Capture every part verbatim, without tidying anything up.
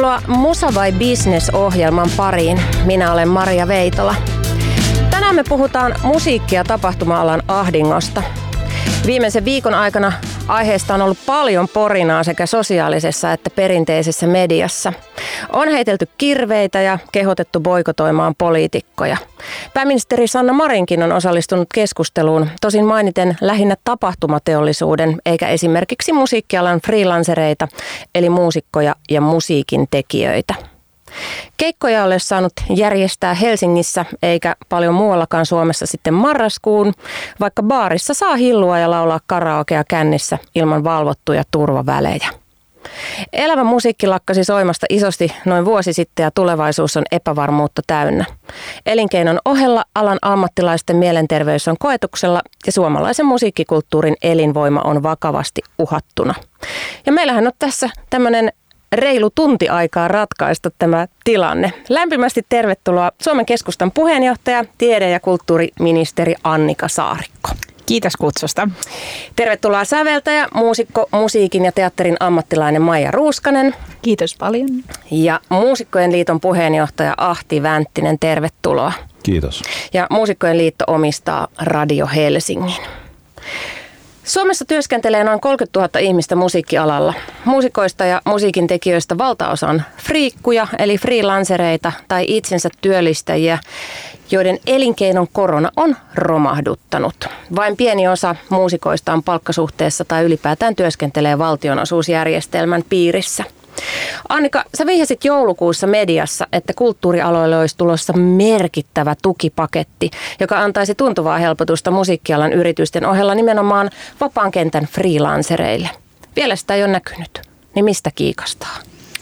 Tervetuloa Musa vai Business-ohjelman pariin. Minä olen Maria Veitola. Tänään me puhutaan musiikki- ja tapahtuma-alan ahdingosta. Viimeisen viikon aikana aiheesta on ollut paljon porinaa sekä sosiaalisessa että perinteisessä mediassa. On heitelty kirveitä ja kehotettu boikotoimaan poliitikkoja. Pääministeri Sanna Marinkin on osallistunut keskusteluun, tosin mainiten lähinnä tapahtumateollisuuden eikä esimerkiksi musiikkialan freelancereita, eli muusikkoja ja musiikin tekijöitä. Keikkoja ole saanut järjestää Helsingissä eikä paljon muuallakaan Suomessa sitten marraskuun, vaikka baarissa saa hillua ja laulaa karaokea kännissä ilman valvottuja turvavälejä. Elävä musiikki lakkasi soimasta isosti noin vuosi sitten ja tulevaisuus on epävarmuutta täynnä. Elinkeinon ohella alan ammattilaisten mielenterveys on koetuksella ja suomalaisen musiikkikulttuurin elinvoima on vakavasti uhattuna. Ja meillähän on tässä tämmöinen reilu tunti aikaa ratkaista tämä tilanne. Lämpimästi tervetuloa Suomen Keskustan puheenjohtaja, tiede- ja kulttuuriministeri Annika Saarikko. Kiitos kutsusta. Tervetuloa säveltäjä, muusikko, musiikin ja teatterin ammattilainen Maija Ruuskanen. Kiitos paljon. Ja Muusikkojen liiton puheenjohtaja Ahti Vänttinen, tervetuloa. Kiitos. Ja Muusikkojen liitto omistaa Radio Helsingin. Suomessa työskentelee noin kolmekymmentätuhatta ihmistä musiikkialalla. Muusikoista ja musiikin tekijöistä valtaosa on friikkuja, eli freelancereita tai itsensä työllistäjiä, joiden elinkeinon korona on romahduttanut. Vain pieni osa muusikoista on palkkasuhteessa tai ylipäätään työskentelee valtionosuusjärjestelmän piirissä. Annika, sä vihjasit joulukuussa mediassa, että kulttuurialoille olisi tulossa merkittävä tukipaketti, joka antaisi tuntuvaa helpotusta musiikkialan yritysten ohella nimenomaan vapaan kentän freelancereille. Vielä sitä ei ole näkynyt. Niin mistä kiikastaa?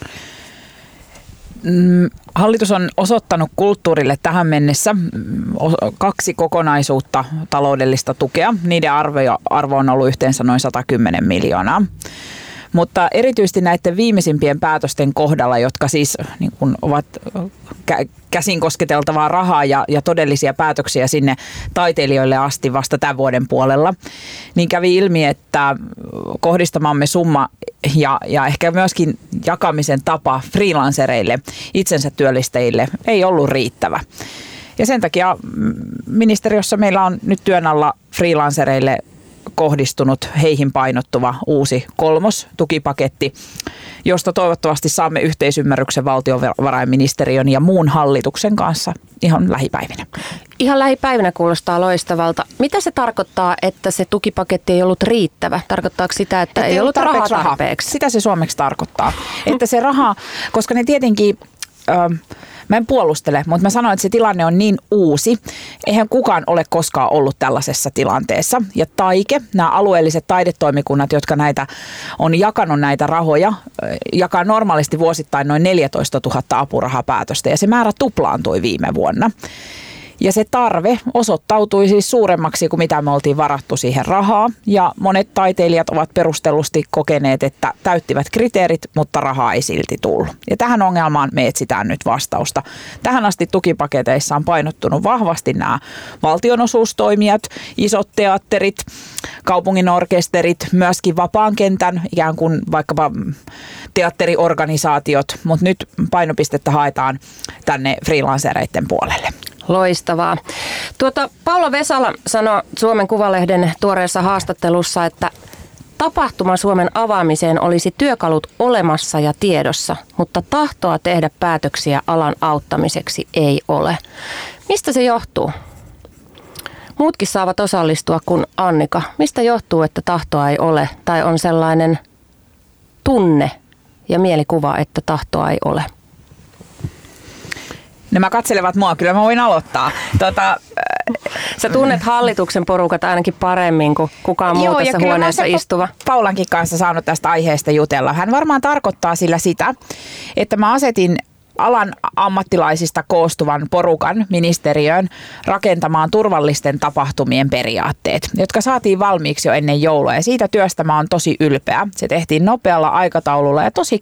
Hallitus on osoittanut kulttuurille tähän mennessä kaksi kokonaisuutta taloudellista tukea. Niiden arvo, arvo on ollut yhteensä noin sata kymmenen miljoonaa. Mutta erityisesti näiden viimeisimpien päätösten kohdalla, jotka siis niin kuin ovat käsin kosketeltavaa rahaa ja, ja todellisia päätöksiä sinne taiteilijoille asti vasta tämän vuoden puolella, niin kävi ilmi, että kohdistamamme summa ja, ja ehkä myöskin jakamisen tapa freelancereille, itsensä työllistäjille, ei ollut riittävä. Ja sen takia ministeriössä meillä on nyt työn alla freelancereille kohdistunut heihin painottuva uusi kolmos tukipaketti, josta toivottavasti saamme yhteisymmärryksen valtiovarainministeriön ja muun hallituksen kanssa ihan lähipäivinä. Ihan lähipäivinä kuulostaa loistavalta. Mitä se tarkoittaa, että se tukipaketti ei ollut riittävä? Tarkoittaako sitä, että, että ei, ei ollut rahaa tarpeeksi? tarpeeksi? Sitä se suomeksi tarkoittaa. Että se raha, koska ne tietenkin... Ö, Mä en puolustele, mutta mä sanoin, että se tilanne on niin uusi. Eihän kukaan ole koskaan ollut tällaisessa tilanteessa. Ja Taike, nämä alueelliset taidetoimikunnat, jotka näitä on jakanut näitä rahoja, jakaa normaalisti vuosittain noin neljätoista tuhatta apurahapäätöstä ja se määrä tuplaantui viime vuonna. Ja se tarve osoittautui siis suuremmaksi kuin mitä me oltiin varattu siihen rahaa. Ja monet taiteilijat ovat perustellusti kokeneet, että täyttivät kriteerit, mutta rahaa ei silti tullut. Ja tähän ongelmaan me etsitään nyt vastausta. Tähän asti tukipaketeissa on painottunut vahvasti nämä valtionosuustoimijat, isot teatterit, kaupungin orkesterit, myöskin vapaan kentän, ikään kuin vaikkapa teatteriorganisaatiot. Mutta nyt painopistettä haetaan tänne freelancereiden puolelle. Loistavaa. Tuota, Paula Vesala sanoi Suomen Kuvalehden tuoreessa haastattelussa, että tapahtuma Suomen avaamiseen olisi työkalut olemassa ja tiedossa, mutta tahtoa tehdä päätöksiä alan auttamiseksi ei ole. Mistä se johtuu? Muutkin saavat osallistua kuin Annika. Mistä johtuu, että tahtoa ei ole tai on sellainen tunne ja mielikuva, että tahtoa ei ole? Nämä katselevat mua, kyllä mä voin aloittaa. Tota, Sä tunnet hallituksen porukat ainakin paremmin kuin kukaan muu tässä huoneessa istuva. Paulankin kanssa saanut tästä aiheesta jutella. Hän varmaan tarkoittaa sillä sitä, että mä asetin alan ammattilaisista koostuvan porukan ministeriöön rakentamaan turvallisten tapahtumien periaatteet, jotka saatiin valmiiksi jo ennen joulua. Ja siitä työstä mä oon tosi ylpeä. Se tehtiin nopealla aikataululla ja tosi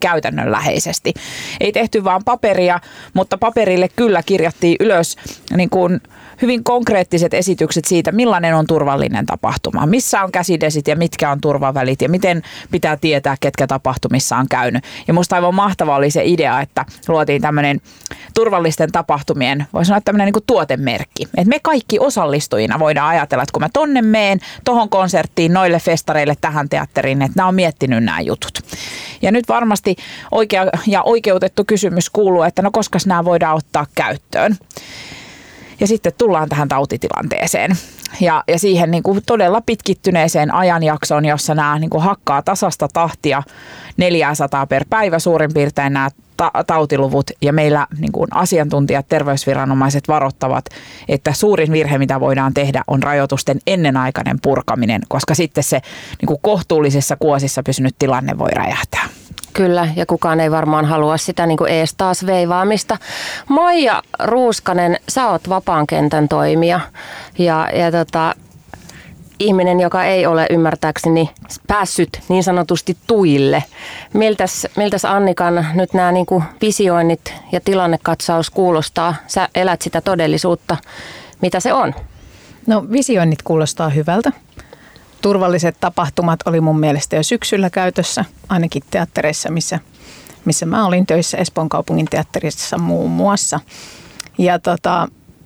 käytännönläheisesti. Ei tehty vaan paperia, mutta paperille kyllä kirjattiin ylös niin kuin hyvin konkreettiset esitykset siitä, millainen on turvallinen tapahtuma, missä on käsidesit ja mitkä on turvavälit ja miten pitää tietää, ketkä tapahtumissa on käynyt. Ja musta aivan mahtava oli se idea, että luotiin tämmöinen turvallisten tapahtumien, voi sanoa tämmöinen niin kuin tuotemerkki. Että me kaikki osallistujina voidaan ajatella, että kun mä tonne meen, tohon konserttiin, noille festareille, tähän teatteriin, että nämä on miettinyt nämä jutut. Ja nyt varmasti oikea ja oikeutettu kysymys kuuluu, että no koska nämä voidaan ottaa käyttöön. Ja sitten tullaan tähän tautitilanteeseen ja, ja siihen niin kuin todella pitkittyneeseen ajanjaksoon, jossa nämä niin kuin hakkaa tasasta tahtia neljäsataa per päivä suurin piirtein nämä ta- tautiluvut. Ja meillä niin kuin asiantuntijat, terveysviranomaiset varoittavat, että suurin virhe, mitä voidaan tehdä, on rajoitusten ennenaikainen purkaminen, koska sitten se niin kuin kohtuullisessa kuosissa pysynyt tilanne voi räjähtää. Kyllä, ja kukaan ei varmaan halua sitä niin kuin ees taas veivaamista. Maija Ruuskanen, sä oot vapaan kentän toimija ja, ja tota, ihminen, joka ei ole ymmärtääkseni päässyt niin sanotusti tuille. Miltäs, miltäs Annikan nyt nämä niin kuin visioinnit ja tilannekatsaus kuulostaa? Sä elät sitä todellisuutta. Mitä se on? No visioinnit kuulostaa hyvältä. Turvalliset tapahtumat oli mun mielestä jo syksyllä käytössä, ainakin teattereissa, missä, missä mä olin töissä, Espoon kaupungin teatterissa muun muassa. Ja tota,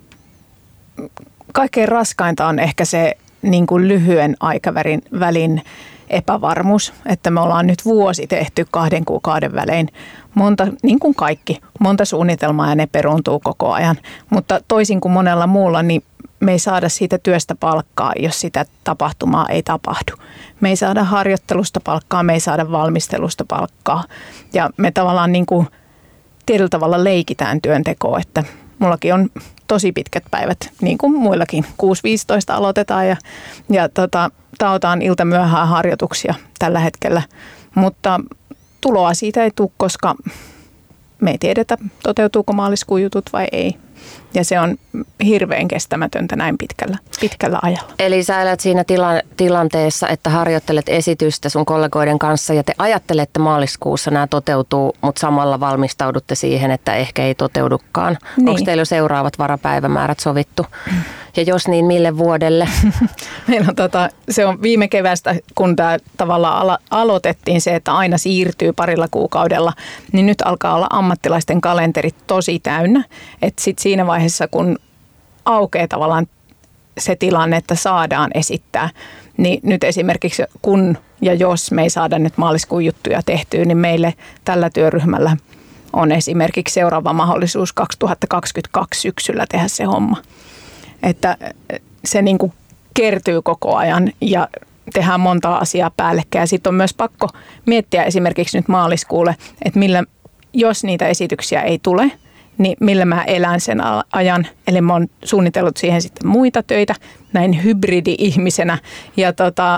kaikkein raskainta on ehkä se niin kuin lyhyen aikavälin välin epävarmuus, että me ollaan nyt vuosi tehty kahden kuukauden välein monta, niin kuin kaikki, monta suunnitelmaa ja ne peruuntuu koko ajan. Mutta toisin kuin monella muulla, niin me ei saada siitä työstä palkkaa, jos sitä tapahtumaa ei tapahdu. Me ei saada harjoittelusta palkkaa, me ei saada valmistelusta palkkaa. Ja me tavallaan niin kuin tietyllä tavalla leikitään työntekoa, että mullakin on tosi pitkät päivät, niin kuin muillakin. kuusi viisitoista aloitetaan ja, ja tota, taotaan ilta myöhään harjoituksia tällä hetkellä. Mutta tuloa siitä ei tule, koska me ei tiedetä, toteutuuko maaliskuun jutut vai ei. Ja se on hirveän kestämätöntä näin pitkällä, pitkällä ajalla. Eli sä elät siinä tila- tilanteessa, että harjoittelet esitystä sun kollegoiden kanssa ja te ajattelette maaliskuussa nämä toteutuu, mutta samalla valmistaudutte siihen, että ehkä ei toteudukaan. Niin. Onko teillä jo seuraavat varapäivämäärät sovittu? Ja jos niin, mille vuodelle? Meillä on tota, se on viime kevästä, kun tämä tavallaan alo- aloitettiin se, että aina siirtyy parilla kuukaudella, niin nyt alkaa olla ammattilaisten kalenterit tosi täynnä. Että sitten siinä vaiheessa, kun aukeaa tavallaan se tilanne, että saadaan esittää, niin nyt esimerkiksi kun ja jos me ei saada nyt maaliskuun juttuja tehtyä, niin meille tällä työryhmällä on esimerkiksi seuraava mahdollisuus kaksituhattakaksikymmentäkaksi syksyllä tehdä se homma. Että se niin kuin kertyy koko ajan ja tehdään monta asiaa päällekkäin. Sitten on myös pakko miettiä esimerkiksi nyt maaliskuulle, että millä, jos niitä esityksiä ei tule, niin millä mä elän sen ajan. Eli mä oon suunnitellut siihen sitten muita töitä näin hybridi-ihmisenä. Ja, tota,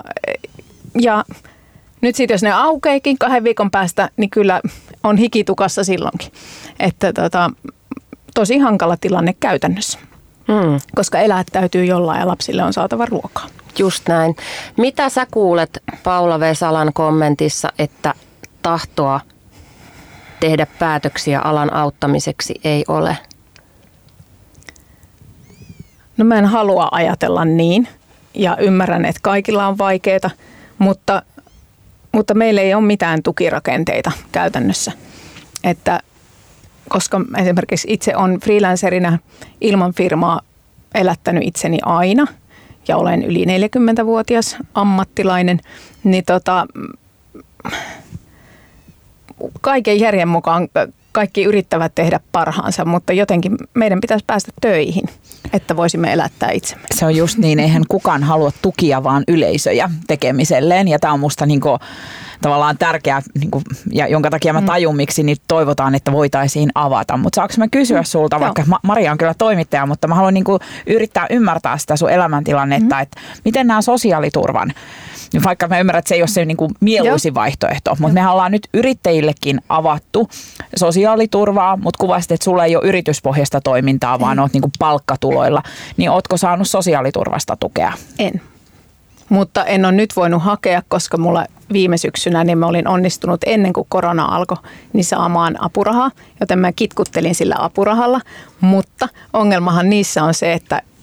ja nyt sitten jos ne aukeekin kahden viikon päästä, niin kyllä on hikitukassa silloinkin. Että tota, tosi hankala tilanne käytännössä. Hmm. Koska elää täytyy jollain ja lapsille on saatava ruokaa. Just näin. Mitä sä kuulet Paula Vesalan kommentissa, että tahtoa tehdä päätöksiä alan auttamiseksi ei ole? No mä en halua ajatella niin ja ymmärrän, että kaikilla on vaikeaa, mutta, mutta meillä ei ole mitään tukirakenteita käytännössä. Että koska esimerkiksi itse olen freelancerina ilman firmaa elättänyt itseni aina ja olen yli neljäkymmentävuotias ammattilainen, niin tota, kaiken järjen mukaan kaikki yrittävät tehdä parhaansa, mutta jotenkin meidän pitäisi päästä töihin, että voisimme elättää itsemme. Se on just niin, eihän kukaan halua tukia, vaan yleisöjä tekemiselleen. Ja tämä on musta niinku, tavallaan tärkeää, niinku, ja jonka takia mä tajun, miksi niin toivotaan, että voitaisiin avata. Mutta saanko mä kysyä sulta, mm, vaikka joo. Maria on kyllä toimittaja, mutta mä haluan niinku yrittää ymmärtää sitä sun elämäntilannetta, mm. että miten nämä sosiaaliturvan, vaikka mä ymmärrän, että se ei ole se niinku mieluisin Joo. vaihtoehto, mutta me ollaan nyt yrittäjillekin avattu sosiaaliturvaa, mutta kuvasit, että sulla ei ole yrityspohjaista toimintaa, vaan mm. oot niinku palkkatuloilla, niin ootko saanut sosiaaliturvasta tukea? En, mutta en ole nyt voinut hakea, koska mulla viime syksynä niin mä olin onnistunut ennen kuin korona alkoi niin saamaan apurahaa, joten mä kitkuttelin sillä apurahalla, mutta ongelmahan niissä on se, että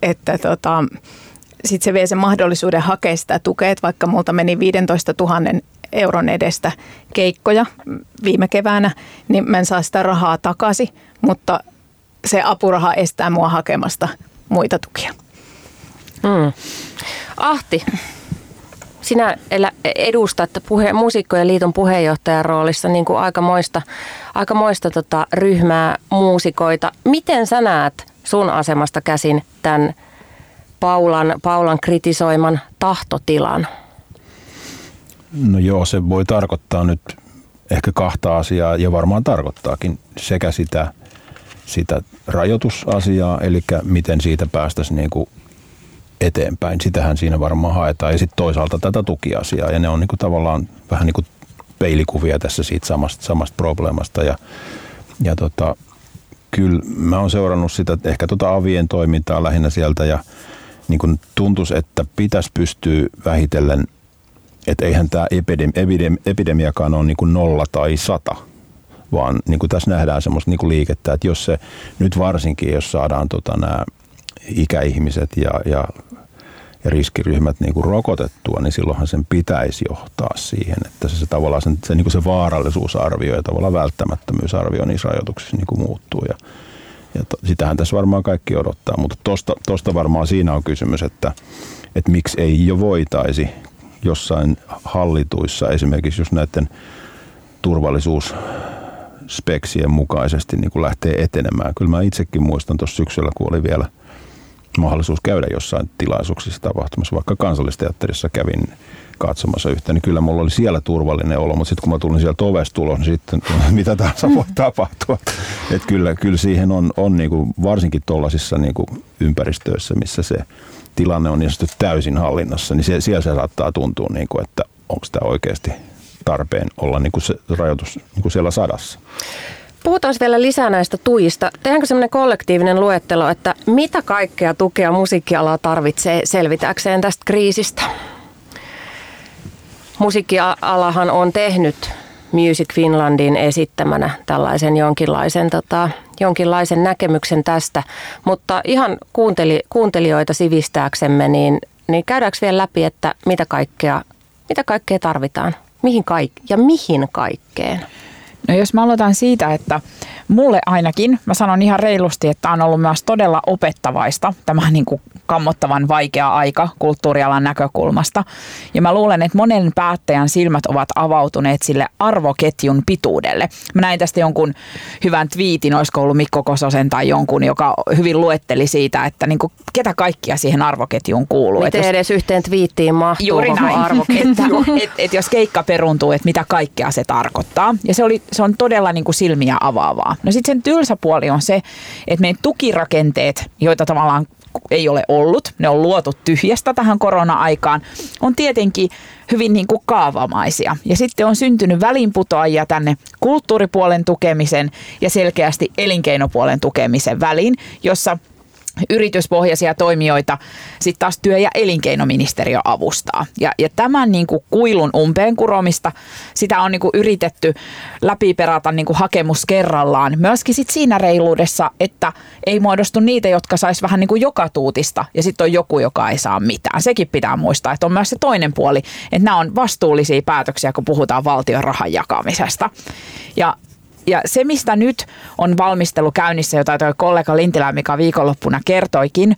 että tota, sitten se vie sen mahdollisuuden hakea sitä tukea, että vaikka multa meni viisitoista tuhatta euron edestä keikkoja viime keväänä, niin mä en saa sitä rahaa takaisin, mutta se apuraha estää mua hakemasta muita tukia. Hmm. Ahti, sinä edustat puhe, Muusikkojen liiton puheenjohtajan roolissa niin kuin aikamoista, aikamoista tota, ryhmää muusikoita. Miten sä näet sun asemasta käsin tämän Paulan, Paulan kritisoiman tahtotilan? No joo, se voi tarkoittaa nyt ehkä kahta asiaa ja varmaan tarkoittaakin sekä sitä, sitä rajoitusasiaa, eli miten siitä päästäisiin niin kuin eteenpäin. Sitähän siinä varmaan haetaan ja sitten toisaalta tätä tukiasiaa ja ne on niin kuin tavallaan vähän niin kuin peilikuvia tässä siitä samasta, samasta probleemasta ja, ja tota, kyllä mä oon seurannut sitä ehkä tota avien toimintaa lähinnä sieltä ja niin kuin tuntuisi, että pitäisi pystyä vähitellen, että eihän tämä epidemi- epidemiakaan ole niin kuin nolla tai sata, vaan niin kuin tässä nähdään semmoista niin kuin liikettä, että jos se nyt varsinkin, jos saadaan tota nämä ikäihmiset ja, ja, ja riskiryhmät niin kuin rokotettua, niin silloinhan sen pitäisi johtaa siihen, että se, se tavallaan sen, se, niin kuin se vaarallisuusarvio ja tavallaan välttämättömyysarvio niissä rajoituksissa niin kuin muuttuu. Ja, ja to, sitähän tässä varmaan kaikki odottaa, mutta tosta, tosta varmaan siinä on kysymys, että, että miksi ei jo voitaisi jossain hallituissa, esimerkiksi jos näiden turvallisuusspeksien mukaisesti niin kuin lähtee etenemään. Kyllä mä itsekin muistan tuossa syksyllä, kun oli vielä mahdollisuus käydä jossain tilaisuuksissa tapahtumassa, vaikka Kansallisteatterissa kävin katsomassa yhtä, niin kyllä mulla oli siellä turvallinen olo, mutta sitten kun mä tulin sieltä ovesta tulos, niin sitten mitä tahansa voi tapahtua. Että kyllä, kyllä siihen on, on niin kuin, varsinkin tuollaisissa niin kuin ympäristöissä, missä se tilanne on niin täysin hallinnassa, niin siellä se saattaa tuntua, niin kuin, että onko tämä oikeasti tarpeen olla niin kuin se rajoitus niin kuin siellä sadassa. Puhutaan vielä lisää näistä tuista. Tehdäänkö sellainen kollektiivinen luettelo, että mitä kaikkea tukea musiikkiala tarvitsee selvitäkseen tästä kriisistä? Musiikkialahan on tehnyt Music Finlandin esittämänä tällaisen jonkinlaisen, tota, jonkinlaisen näkemyksen tästä, mutta ihan kuunteli, kuuntelijoita sivistääksemme, niin, niin käydäänkö vielä läpi, että mitä kaikkea, mitä kaikkea tarvitaan? Mihin kaik- ja mihin kaikkeen? No jos mä aloitan siitä, että mulle ainakin, mä sanon ihan reilusti, että on ollut myös todella opettavaista tämä niin kuin kammottavan vaikea aika kulttuurialan näkökulmasta. Ja mä luulen, että monen päättäjän silmät ovat avautuneet sille arvoketjun pituudelle. Mä näin tästä jonkun hyvän twiitin, olisiko ollut Mikko Kososen tai jonkun, joka hyvin luetteli siitä, että niin kuin ketä kaikkia siihen arvoketjuun kuuluu. Miten edes jos, yhteen twiittiin mahtuu juuri koko näin, arvoketju? että et, et jos keikka peruuntuu, että mitä kaikkea se tarkoittaa. Ja se, oli, se on todella niin kuin silmiä avaavaa. No sitten sen tylsä puoli on se, että meidän tukirakenteet, joita tavallaan ei ole ollut, ne on luotu tyhjästä tähän korona-aikaan, on tietenkin hyvin niin kuin kaavamaisia. Ja sitten on syntynyt väliinputoajia tänne kulttuuripuolen tukemisen ja selkeästi elinkeinopuolen tukemisen väliin, jossa yrityspohjaisia toimijoita sitten taas työ- ja elinkeinoministeriö avustaa. Ja, ja tämän niin kuin kuilun umpeen kuromista, sitä on niin kuin yritetty läpiperata niin kuin hakemus kerrallaan. Myöskin sit siinä reiluudessa, että ei muodostu niitä, jotka sais vähän niin kuin joka tuutista ja sitten on joku, joka ei saa mitään. Sekin pitää muistaa, että on myös se toinen puoli, että nämä on vastuullisia päätöksiä, kun puhutaan valtion rahan jakamisesta. Ja Ja se, mistä nyt on valmistelu käynnissä, jota tuo kollega Lintilä, mikä viikonloppuna kertoikin,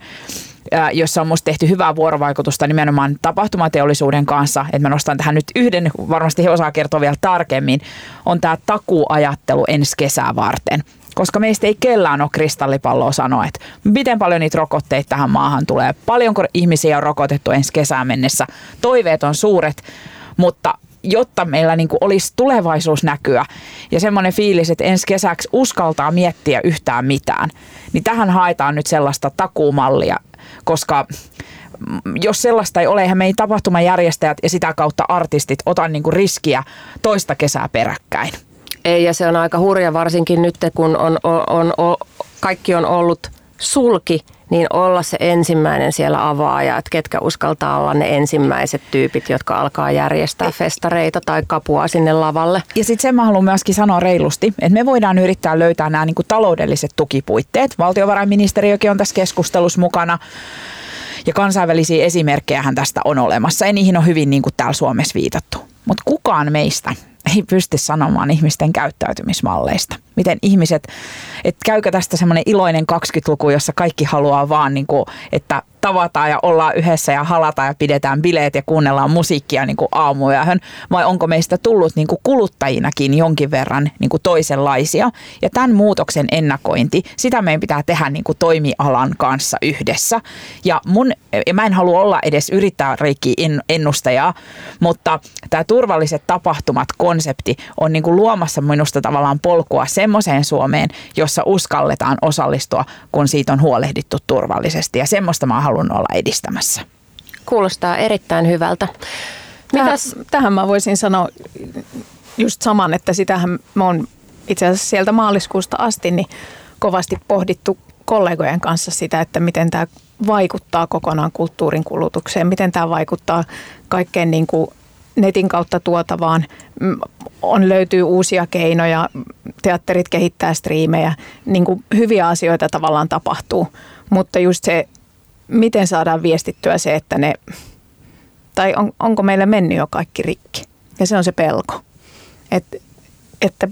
jossa on musta tehty hyvää vuorovaikutusta nimenomaan tapahtumateollisuuden kanssa, että mä nostan tähän nyt yhden, varmasti he osaa kertoa vielä tarkemmin, on tämä takuuajattelu ensi kesää varten. Koska meistä ei kellään ole kristallipalloa sanoa, että miten paljon niitä rokotteita tähän maahan tulee, paljonko ihmisiä on rokotettu ensi kesään mennessä, toiveet on suuret, mutta jotta meillä niin kuin olisi tulevaisuusnäkyä ja semmoinen fiilis, että ensi kesäksi uskaltaa miettiä yhtään mitään, niin tähän haetaan nyt sellaista takuumallia, koska jos sellaista ei ole, eihän meidän tapahtumajärjestäjät ja sitä kautta artistit ota niin kuin riskiä toista kesää peräkkäin. Ei, ja se on aika hurja varsinkin nyt, kun on, on, on, kaikki on ollut sulki niin olla se ensimmäinen siellä avaaja, että ketkä uskaltaa olla ne ensimmäiset tyypit, jotka alkaa järjestää festareita tai kapua sinne lavalle. Ja sitten sen mä haluan myöskin sanoa reilusti, että me voidaan yrittää löytää nämä niin kuin taloudelliset tukipuitteet. Valtiovarainministeriökin on tässä keskustelussa mukana. Ja kansainvälisiä esimerkkejähän tästä on olemassa ja niihin on hyvin niin kuin täällä Suomessa viitattu. Mutta kukaan meistä ei pysty sanomaan ihmisten käyttäytymismalleista. Miten ihmiset, että käykö tästä semmoinen iloinen kaksikymmentäluku, jossa kaikki haluaa vaan, niin kuin, että tavataan ja ollaan yhdessä ja halataan ja pidetään bileet ja kuunnellaan musiikkia niin kuin aamuyöhön, vai onko meistä tullut niin kuin kuluttajinakin jonkin verran niin kuin toisenlaisia. Ja tämän muutoksen ennakointi, sitä meidän pitää tehdä niin kuin toimialan kanssa yhdessä. Ja, mun, ja mä en halua olla edes yrittää reikkiä ennustajaa, mutta tämä turvalliset tapahtumat konsepti on niin kuin luomassa minusta tavallaan polkua semmoiseen Suomeen, jossa uskalletaan osallistua, kun siitä on huolehdittu turvallisesti. Ja semmoista mä haluan olla edistämässä. Kuulostaa erittäin hyvältä. Mitäs? Tähän, tähän mä voisin sanoa just saman, että sitähän me on itse asiassa sieltä maaliskuusta asti niin kovasti pohdittu kollegojen kanssa sitä, että miten tämä vaikuttaa kokonaan kulttuurin kulutukseen, miten tämä vaikuttaa kaikkeen niin kuin netin kautta tuotavaan. On löytyy uusia keinoja, teatterit kehittää striimejä, niin kuin hyviä asioita tavallaan tapahtuu, mutta just se, miten saadaan viestittyä se, että ne, tai on, onko meillä mennyt jo kaikki rikki, ja se on se pelko, Et, että,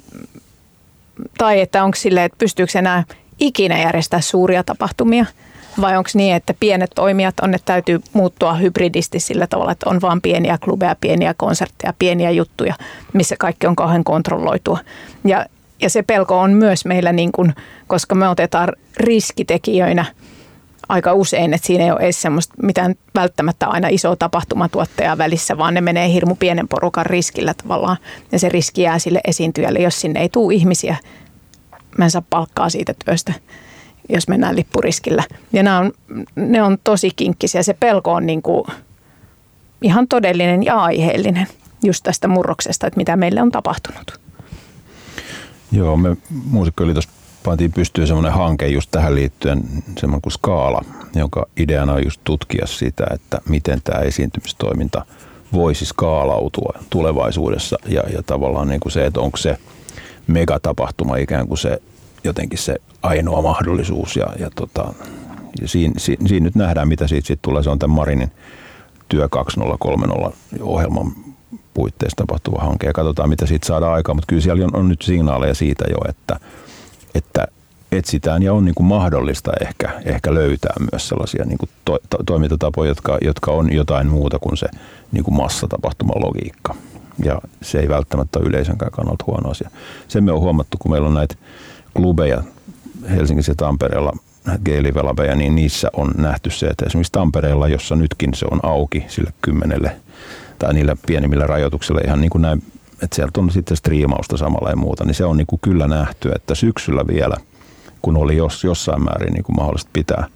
tai että onko silleen, että pystyykö enää ikinä järjestää suuria tapahtumia, vai onko niin, että pienet toimijat on, että täytyy muuttua hybridisti sillä tavalla, että on vaan pieniä klubeja, pieniä konsertteja, pieniä juttuja, missä kaikki on kauhean kontrolloitua. Ja, ja se pelko on myös meillä, niin kuin, koska me otetaan riskitekijöinä aika usein, että siinä ei ole edes semmoista mitään välttämättä aina isoa tapahtumatuottajaa välissä, vaan ne menee hirmu pienen porukan riskillä tavallaan. Ja se riski jää sille esiintyjälle, jos sinne ei tule ihmisiä. Mä en saa palkkaa siitä työstä, jos mennään lippuriskillä. Ja nämä on, ne on tosi kinkkisiä. Se pelko on niin kuin ihan todellinen ja aiheellinen just tästä murroksesta, että mitä meille on tapahtunut. Joo, me Muusikkoliitossa pantiin pystyyn semmoinen hanke just tähän liittyen, semmoinen kuin Skaala, jonka ideana on just tutkia sitä, että miten tämä esiintymistoiminta voisi skaalautua tulevaisuudessa ja, ja tavallaan niin kuin se, että onko se megatapahtuma ikään kuin se jotenkin se ainoa mahdollisuus ja, ja, tota, ja siinä, siinä, siinä nyt nähdään, mitä siitä, siitä tulee. Se on tämän Marinin työ kaksituhattakolmekymmentä ohjelman puitteissa tapahtuva hanke ja katsotaan, mitä siitä saadaan aikaan, mutta kyllä siellä on, on nyt signaaleja siitä jo, että, että etsitään ja on niin kuin mahdollista ehkä, ehkä löytää myös sellaisia niin kuin to, to, toimintatapoja, jotka, jotka on jotain muuta kuin se niin kuin massatapahtuman logiikka. Ja se ei välttämättä ole yleisönkään kannalta huono asia. Sen me on huomattu, kun meillä on näitä klubeja Helsingissä ja Tampereella, G-live-labeja, niin niissä on nähty se, että esimerkiksi Tampereella, jossa nytkin se on auki sille kymmenelle tai niillä pienimmillä rajoituksilla ihan niin kuin näin, että sieltä on sitten striimausta samalla ja muuta, niin se on niin kuin kyllä nähty, että syksyllä vielä, kun oli jos, jossain määrin niin kuin mahdollista pitää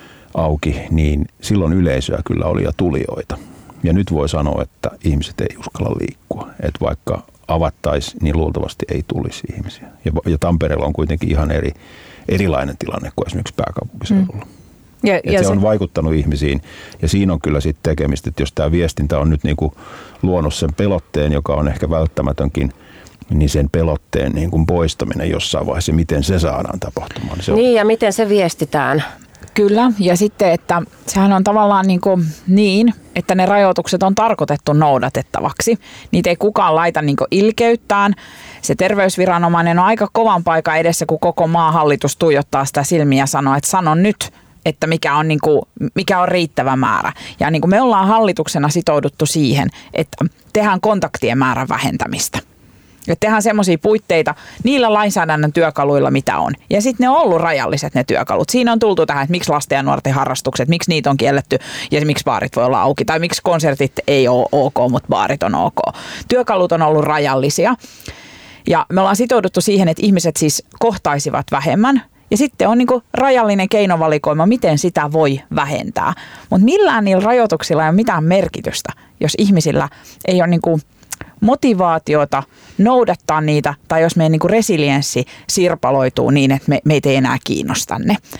auki, niin silloin yleisöä kyllä oli ja tulijoita. Ja nyt voi sanoa, että ihmiset ei uskalla liikkua, että vaikka avattaisiin, niin luultavasti ei tulisi ihmisiä. Ja, ja Tampereella on kuitenkin ihan eri, erilainen tilanne kuin esimerkiksi pääkaupunkiseudulla. Mm. Ja, ja se, se on vaikuttanut ihmisiin ja siinä on kyllä sitten tekemistä, että jos tämä viestintä on nyt niinku luonut sen pelotteen, joka on ehkä välttämätönkin, niin sen pelotteen niin kuin poistaminen jossain vaiheessa, miten se saadaan tapahtumaan. Niin, se on... niin ja miten se viestitään. Kyllä, ja sitten, että sehän on tavallaan niin, kuin niin, että ne rajoitukset on tarkoitettu noudatettavaksi. Niitä ei kukaan laita niin kuin ilkeyttään. Se terveysviranomainen on aika kovan paikan edessä, kun koko maan hallitus tuijottaa sitä silmiä ja sanoo, että sano nyt, että mikä on, niin kuin, mikä on riittävä määrä. Ja niin kuin me ollaan hallituksena sitouduttu siihen, että tehdään kontaktien määrän vähentämistä. Ja tehdään semmoisia puitteita niillä lainsäädännön työkaluilla, mitä on. Ja sitten ne on ollut rajalliset ne työkalut. Siinä on tultu tähän, että miksi lasten ja nuorten harrastukset, miksi niitä on kielletty ja miksi baarit voi olla auki. Tai miksi konsertit ei ole ok, mutta baarit on ok. Työkalut on ollut rajallisia. Ja me ollaan sitouduttu siihen, että ihmiset siis kohtaisivat vähemmän. Ja sitten on niinku rajallinen keinovalikoima, miten sitä voi vähentää. Mutta millään niillä rajoituksilla ei ole mitään merkitystä, jos ihmisillä ei ole niinku motivaatiota noudattaa niitä, tai jos meidän niinku resilienssi sirpaloituu niin, että me, meitä ei enää kiinnosta ne.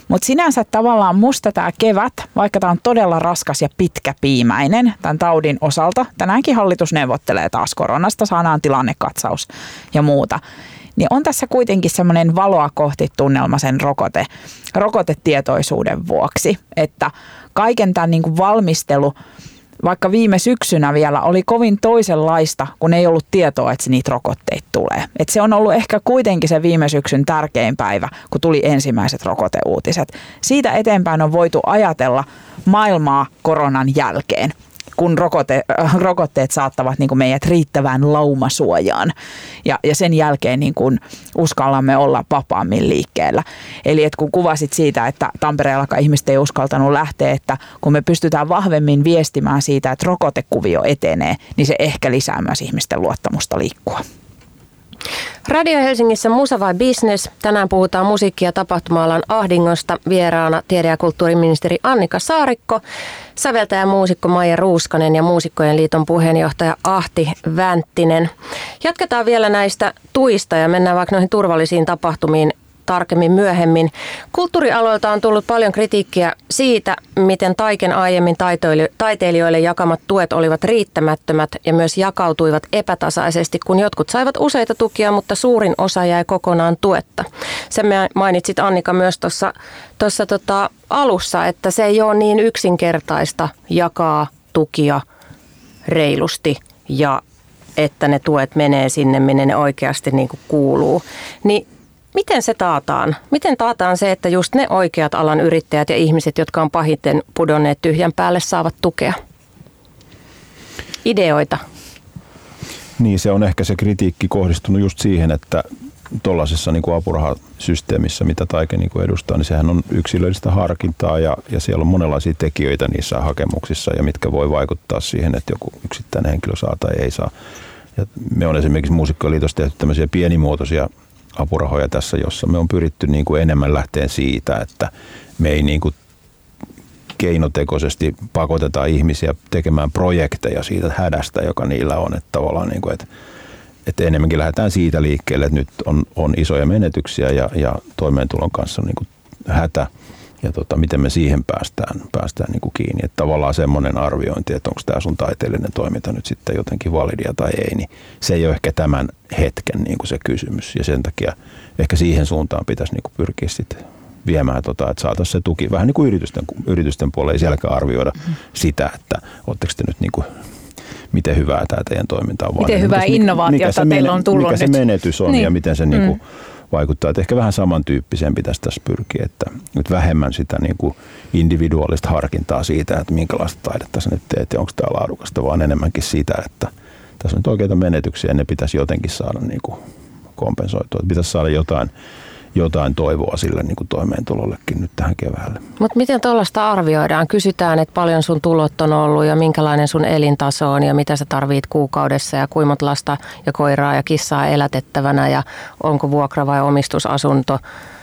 Mutta sinänsä tavallaan musta tämä kevät, vaikka tämä on todella raskas ja pitkäpiimäinen tämän taudin osalta, tänäänkin hallitus neuvottelee taas koronasta, saadaan tilannekatsaus ja muuta, niin on tässä kuitenkin semmoinen valoa kohti tunnelma sen rokote, rokotetietoisuuden vuoksi, että kaiken tämän niin kuin valmistelu, vaikka viime syksynä vielä oli kovin toisenlaista, kun ei ollut tietoa, että niitä rokotteita tulee. Et se on ollut ehkä kuitenkin se viime syksyn tärkein päivä, kun tuli ensimmäiset rokoteuutiset. Siitä eteenpäin on voitu ajatella maailmaa koronan jälkeen, kun rokote, äh, rokotteet saattavat niin kuin meidät riittävään laumasuojaan. Ja, ja sen jälkeen niin kuin uskallamme olla vapaammin liikkeellä. Eli et kun kuvasit siitä, että Tampereellakaan ihmiset ei uskaltanut lähteä, että kun me pystytään vahvemmin viestimään siitä, että rokotekuvio etenee, niin se ehkä lisää myös ihmisten luottamusta liikkua. Radio Helsingissä Musa vai Business? Tänään puhutaan musiikki- ja tapahtuma-alan ahdingosta. Vieraana tiede- ja kulttuuriministeri Annika Saarikko, säveltäjä muusikko Maija Ruuskanen ja Muusikkojen liiton puheenjohtaja Ahti Vänttinen. Jatketaan vielä näistä tuista ja mennään vaikka noihin turvallisiin tapahtumiin tarkemmin myöhemmin. Kulttuurialoilta on tullut paljon kritiikkiä siitä, miten Taiken aiemmin taiteilijoille jakamat tuet olivat riittämättömät ja myös jakautuivat epätasaisesti, kun jotkut saivat useita tukia, mutta suurin osa jäi kokonaan tuetta. Sen mainitsit Annika myös tuossa tuossa tota alussa, että se ei ole niin yksinkertaista jakaa tukia reilusti ja että ne tuet menee sinne, minne ne oikeasti niin kuin kuuluu. Niin miten se taataan? Miten taataan se, että just ne oikeat alan yrittäjät ja ihmiset, jotka on pahiten pudonneet tyhjän päälle, saavat tukea? Ideoita? Niin, se on ehkä se kritiikki kohdistunut just siihen, että tuollaisessa niin kuin apurahasysteemissä, mitä Taike niin kuin edustaa, niin sehän on yksilöllistä harkintaa ja, ja siellä on monenlaisia tekijöitä niissä hakemuksissa, ja mitkä voi vaikuttaa siihen, että joku yksittäinen henkilö saa tai ei saa. Ja me on esimerkiksi Muusikkojen liitossa tehty tämmöisiä pienimuotoisia apurahoja tässä, jossa me on pyritty niin kuin enemmän lähteen siitä, että me ei niin kuin keinotekoisesti pakoteta ihmisiä tekemään projekteja siitä hädästä, joka niillä on. Että tavallaan niin kuin, että, että enemmänkin lähdetään siitä liikkeelle, että nyt on, on isoja menetyksiä ja, ja toimeentulon kanssa on niin kuin hätä. Ja tota, miten me siihen päästään, päästään niin kuin kiinni. Että tavallaan semmoinen arviointi, että onko tämä sun taiteellinen toiminta nyt sitten jotenkin validia tai ei, niin se ei ole ehkä tämän hetken niin kuin se kysymys. Ja sen takia ehkä siihen suuntaan pitäisi niin kuin pyrkiä sitten viemään, tota, että saataisiin se tuki. Vähän niin kuin yritysten, yritysten puolella ei sielläkään arvioida mm. sitä, että oletteko te nyt niin kuin, miten hyvää tämä teidän toiminta on. Miten hyvää innovaatiota teillä on tullut mikä nyt. Se menetys on niin. ja miten se mm. niin kuin vaikuttaa. Että ehkä vähän samantyyppiseen pitäisi tässä pyrkiä, että nyt vähemmän sitä niin kuin individuaalista harkintaa siitä, että minkälaista taidetta sä nyt teet ja onko tämä laadukasta, vaan enemmänkin siitä, että tässä on nyt oikeita menetyksiä ja ne pitäisi jotenkin saada niin kuin kompensoitua. Että pitäisi saada jotain, jotain toivoa sille niin kuin toimeentulollekin nyt tähän keväälle. Mutta miten tuollaista arvioidaan? Kysytään, että paljon sun tulot on ollut ja minkälainen sun elintaso on ja mitä sä tarvit kuukaudessa ja kuinka monta lasta ja koiraa ja kissaa elätettävänä ja onko vuokra vai omistusasunto.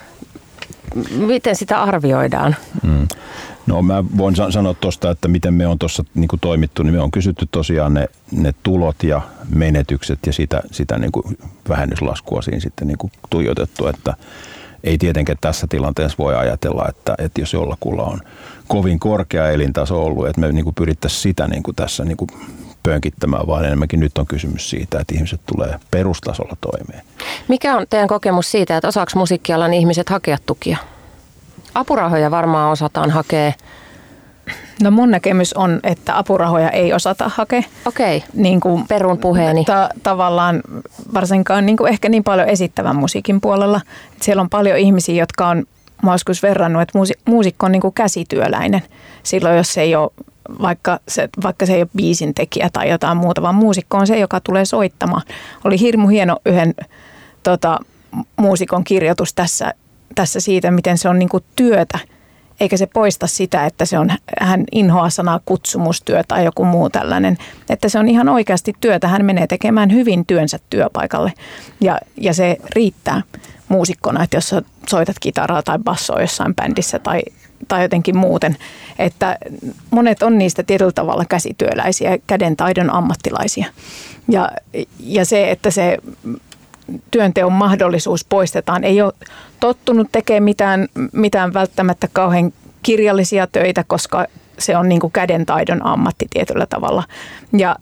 Miten sitä arvioidaan? Mm. No mä voin sanoa tuosta, että miten me on tuossa niin kuin toimittu, niin me on kysytty tosiaan ne, ne tulot ja menetykset ja sitä, sitä niin kuin vähennyslaskua siinä sitten niin kuin tuijotettu, että ei tietenkään tässä tilanteessa voi ajatella, että, että jos jollakulla on kovin korkea elintaso ollut, että me niin kuin pyrittäisiin sitä niin kuin tässä niin kuin pönkittämään, vaan enemmänkin nyt on kysymys siitä, että ihmiset tulee perustasolla toimeen. Mikä on teidän kokemus siitä, että osaako musiikkialan ihmiset hakea tukia? Apurahoja varmaan osataan hakea. No mun näkemys on, että apurahoja ei osata hakea. Okei, niin kuin perun puheeni. Ta- tavallaan varsinkaan niin kuin ehkä niin paljon esittävän musiikin puolella. Että siellä on paljon ihmisiä, jotka on, mä joskus verrannut, että muusi- muusikko on niin kuin käsityöläinen. Silloin jos se ei ole, vaikka se, vaikka se ei ole biisintekijä tai jotain muuta, vaan muusikko on se, joka tulee soittamaan. Oli hirmu hieno yhden tota, muusikon kirjoitus tässä, tässä siitä, miten se on niin kuin työtä. Eikä se poista sitä, että se on, hän inhoaa sanaa kutsumustyö tai joku muu tällainen. Että se on ihan oikeasti työtä. Hän menee tekemään hyvin työnsä työpaikalle ja, ja se riittää muusikkona, että jos sä soitat kitaraa tai bassoa jossain bändissä tai, tai jotenkin muuten. Että monet on niistä tietyllä tavalla käsityöläisiä, kädentaidon ammattilaisia. Ja, ja se, että se työnteon mahdollisuus poistetaan. Ei ole tottunut tekemään mitään, mitään välttämättä kauhean kirjallisia töitä, koska se on niin kuin kädentaidon ammatti tietyllä tavalla. Ja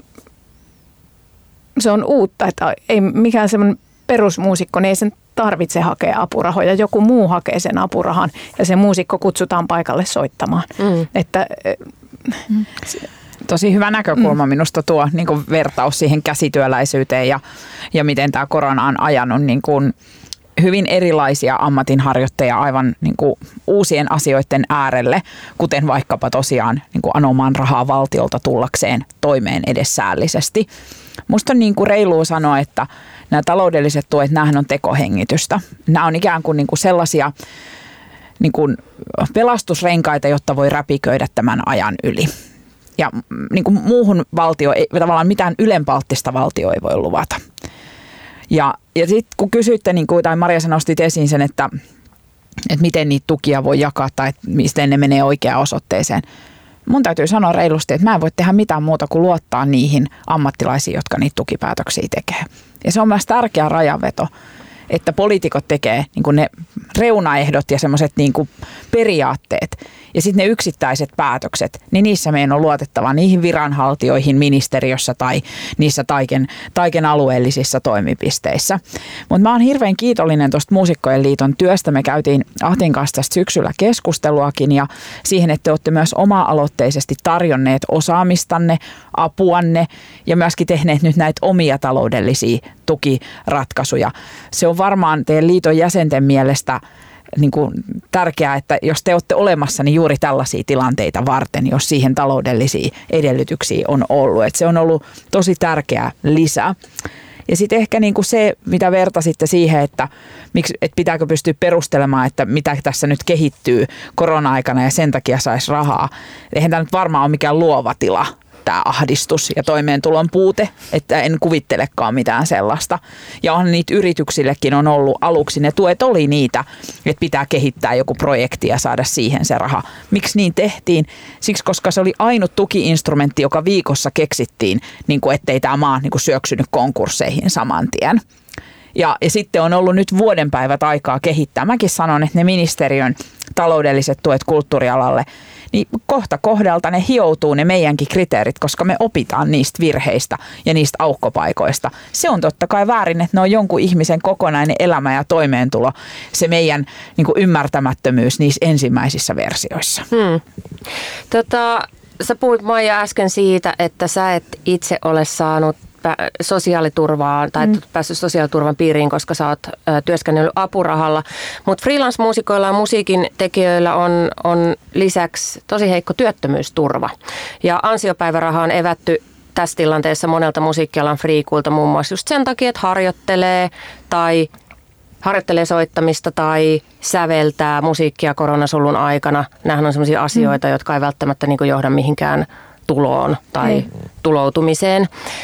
se on uutta, että ei mikään semmoinen perusmuusikko, niin ei sen tarvitse hakea apurahoja. Joku muu hakee sen apurahan ja se muusikko kutsutaan paikalle soittamaan. Mm. Että, mm. Tosi hyvä näkökulma minusta tuo niin kuin vertaus siihen käsityöläisyyteen ja, ja miten tämä korona on ajanut niin kuin hyvin erilaisia ammatinharjoittajia aivan niin kuin uusien asioiden äärelle, kuten vaikkapa tosiaan niin kuin anomaan rahaa valtiolta tullakseen toimeen edes säällisesti. Musta on niin kuin reilua sanoa, että nämä taloudelliset tuet, nämähän on tekohengitystä. Nämä on ikään kuin, niin kuin sellaisia niin kuin pelastusrenkaita, jotta voi räpiköidä tämän ajan yli. Ja niin kuin muuhun valtio, ei, tavallaan mitään ylenpalttista valtio ei voi luvata. Ja, ja sitten kun kysyitte, niin kuin, tai Maria, sä nostit esiin sen, että, että miten niitä tukia voi jakaa tai että miten ne menee oikeaan osoitteeseen. Mun täytyy sanoa reilusti, että mä en voi tehdä mitään muuta kuin luottaa niihin ammattilaisiin, jotka niitä tukipäätöksiä tekee. Ja se on myös tärkeä rajanveto, että poliitikot tekee niin kuin ne reunaehdot ja semmoiset niin kuin periaatteet ja sitten ne yksittäiset päätökset, niin niissä meidän on luotettava niihin viranhaltijoihin ministeriössä tai niissä taiken, taiken alueellisissa toimipisteissä. Mutta mä oon hirveän kiitollinen tuosta Muusikkojen liiton työstä. Me käytiin Ahtin kanssa tästä syksyllä keskusteluakin ja siihen, että te olette myös oma-aloitteisesti tarjonneet osaamistanne, apuanne ja myöskin tehneet nyt näitä omia taloudellisia tukiratkaisuja. Se on varmaan teidän liiton jäsenten mielestä niin kuin tärkeää, että jos te olette olemassa, niin juuri tällaisia tilanteita varten, jos siihen taloudellisia edellytyksiä on ollut. Että se on ollut tosi tärkeä lisä. Ja sitten ehkä niin kuin se, mitä vertasitte siihen, että, miksi, että pitääkö pystyä perustelemaan, että mitä tässä nyt kehittyy korona-aikana ja sen takia saisi rahaa. Eihän tämä nyt varmaan ole mikään luova tila, tämä ahdistus ja toimeentulon puute, että en kuvittelekaan mitään sellaista. Ja on niitä yrityksillekin on ollut aluksi, ne tuet oli niitä, että pitää kehittää joku projekti ja saada siihen se raha. Miksi niin tehtiin? Siksi, koska se oli ainut tuki-instrumentti, joka viikossa keksittiin, niin kuin ettei tämä maa niin kuin syöksynyt konkursseihin saman tien. Ja, ja sitten on ollut nyt vuodenpäivät aikaa kehittää. Mäkin sanon, että ne ministeriön taloudelliset tuet kulttuurialalle, niin kohta kohdalta ne hioutuu ne meidänkin kriteerit, koska me opitaan niistä virheistä ja niistä aukkopaikoista. Se on totta kai väärin, että ne on jonkun ihmisen kokonainen elämä ja toimeentulo, se meidän niin kuin ymmärtämättömyys niissä ensimmäisissä versioissa. Hmm. Tota, sä puhuit, Maija, äsken siitä, että sä et itse ole saanut sosiaaliturvaa tai mm. päässyt sosiaaliturvan piiriin, koska sä oot ä, työskennellyt apurahalla. Mutta freelance-muusikoilla ja musiikin tekijöillä on, on lisäksi tosi heikko työttömyysturva. Ja ansiopäiväraha on evätty tässä tilanteessa monelta musiikkialan friikuilta muun muassa just sen takia, että harjoittelee tai harjoittelee soittamista tai säveltää musiikkia koronasulun aikana. Nämähän on sellaisia asioita, mm. jotka ei välttämättä niin kuin johda mihinkään tuloon tai Ei. tuloutumiseen.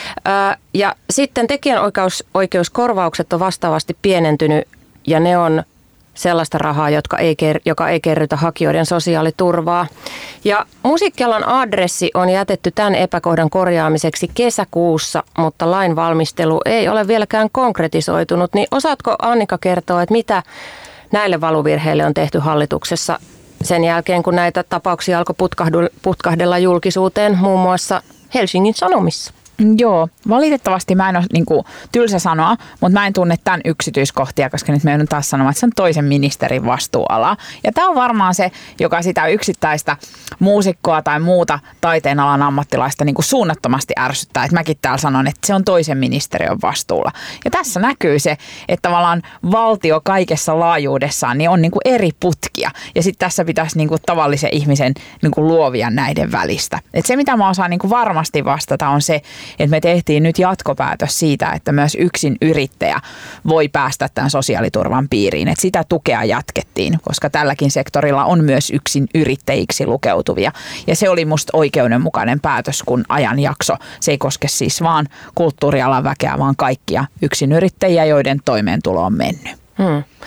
Ja sitten tekijänoikeuskorvaukset on vastaavasti pienentynyt ja ne on sellaista rahaa, jotka ei, joka ei kerrytä hakijoiden sosiaaliturvaa. Ja musiikkialan adressi on jätetty tämän epäkohdan korjaamiseksi kesäkuussa, mutta lain valmistelu ei ole vieläkään konkretisoitunut. Niin osaatko, Annika, kertoa, että mitä näille valuvirheille on tehty hallituksessa sen jälkeen, kun näitä tapauksia alkoi putkahdella julkisuuteen muun muassa Helsingin Sanomissa? Joo, valitettavasti mä en ole niin kuin, tylsä sanoa, mutta mä en tunne tämän yksityiskohtia, koska nyt me joudun taas sanomaan, että se on toisen ministerin vastuuala. Ja tämä on varmaan se, joka sitä yksittäistä muusikkoa tai muuta taiteenalan ammattilaista niin kuin suunnattomasti ärsyttää. Että mäkin täällä sanon, että se on toisen ministeriön vastuulla. Ja tässä näkyy se, että tavallaan valtio kaikessa laajuudessaan niin on niin kuin eri putkia. Ja sitten tässä pitäisi niin kuin tavallisen ihmisen niin kuin luovia näiden välistä. Et se, mitä mä osaan niin kuin varmasti vastata, on se, että me tehtiin nyt jatkopäätös siitä, että myös yksin yrittäjä voi päästä tämän sosiaaliturvan piiriin. Että sitä tukea jatkettiin, koska tälläkin sektorilla on myös yksin yrittäjiksi lukeutuvia. Ja se oli musta oikeudenmukainen päätös, kun ajanjakso. Se ei koske siis vaan kulttuurialan väkeä, vaan kaikkia yksin yrittäjiä, joiden toimeentulo on mennyt. Hmm.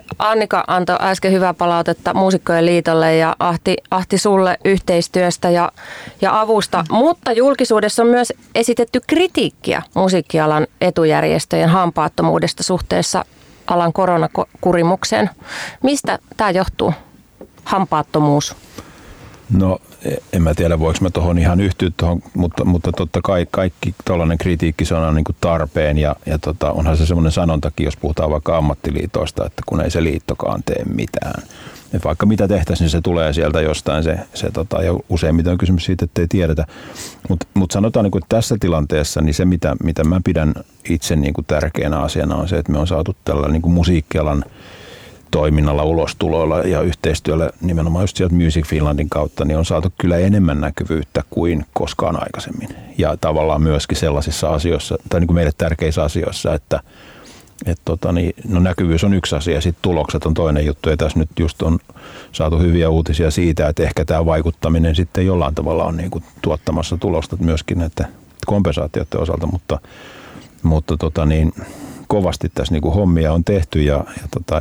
Annika antoi äsken hyvää palautetta Muusikkojen liitolle ja Ahti, Ahti sulle yhteistyöstä ja, ja avusta, mutta julkisuudessa on myös esitetty kritiikkiä musiikkialan etujärjestöjen hampaattomuudesta suhteessa alan koronakurimukseen. Mistä tämä johtuu, hampaattomuus? No en mä tiedä, voiko mä tuohon ihan yhtyä tuohon, mutta, mutta totta kai kaikki tuollainen kritiikki se on niin kuin tarpeen ja, ja tota, onhan se semmoinen sanontakin, jos puhutaan vaikka ammattiliitoista, että kun ei se liittokaan tee mitään. Et vaikka mitä tehtäisiin, niin se tulee sieltä jostain se, se tota, ja useimmiten on kysymys siitä, että ei tiedetä. Mutta mut sanotaan, niin kuin, että tässä tilanteessa niin se, mitä, mitä mä pidän itse niin kuin tärkeänä asiana on se, että me on saatu tällä niin kuin musiikkialan toiminnalla, ulostuloilla ja yhteistyöllä nimenomaan just sieltä Music Finlandin kautta, niin on saatu kyllä enemmän näkyvyyttä kuin koskaan aikaisemmin. Ja tavallaan myöskin sellaisissa asioissa, tai niin kuin meille tärkeissä asioissa, että et tota niin, no näkyvyys on yksi asia ja sitten tulokset on toinen juttu. Ja tässä nyt just on saatu hyviä uutisia siitä, että ehkä tämä vaikuttaminen sitten jollain tavalla on niin kuin tuottamassa tulosta myöskin näiden kompensaatioiden osalta, mutta, mutta tota niin, kovasti tässä niin kuin hommia on tehty ja, ja tota,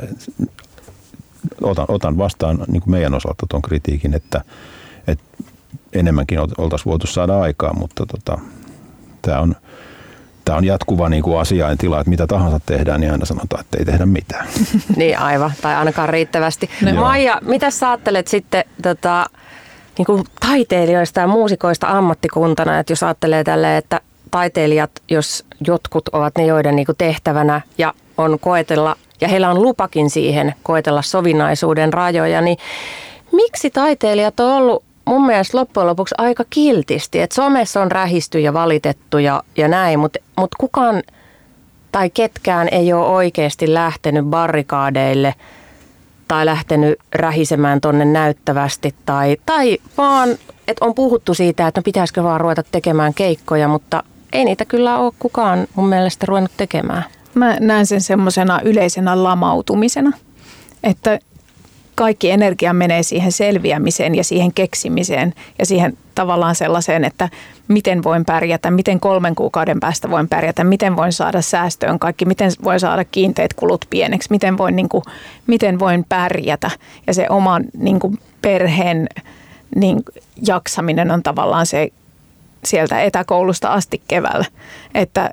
otan, otan vastaan niin kuin meidän osalta tuon kritiikin, että, että enemmänkin oltaisiin voitu saada aikaa, mutta tota, tämä on, tämä on jatkuva niin kuin asiaintila, että mitä tahansa tehdään, niin aina sanotaan, että ei tehdä mitään. Niin aivan, tai ainakaan riittävästi. No. Maija, mitä sä ajattelet sitten tota, niin kuin taiteilijoista ja muusikoista ammattikuntana, että jos ajattelee tälleen, että taiteilijat, jos jotkut ovat ne, joiden niin kuin tehtävänä ja on koetella, ja heillä on lupakin siihen koetella sovinnaisuuden rajoja, niin miksi taiteilijat on ollut mun mielestä loppujen lopuksi aika kiltisti? Et somessa on rähisty ja valitettu ja, ja näin, mutta mut kukaan tai ketkään ei ole oikeasti lähtenyt barrikaadeille tai lähtenyt rähisemään tonne näyttävästi tai, tai vaan, että on puhuttu siitä, että no pitäisikö vaan ruveta tekemään keikkoja, mutta ei niitä kyllä ole kukaan mun mielestä ruvennut tekemään. Mä näen sen semmoisena yleisenä lamautumisena, että kaikki energia menee siihen selviämiseen ja siihen keksimiseen ja siihen tavallaan sellaiseen, että miten voin pärjätä, miten kolmen kuukauden päästä voin pärjätä, miten voin saada säästöön kaikki, miten voin saada kiinteät kulut pieneksi, miten voin, niin kuin, miten voin pärjätä. Ja se oman niin kuin perheen niin jaksaminen on tavallaan se sieltä etäkoulusta asti keväällä, että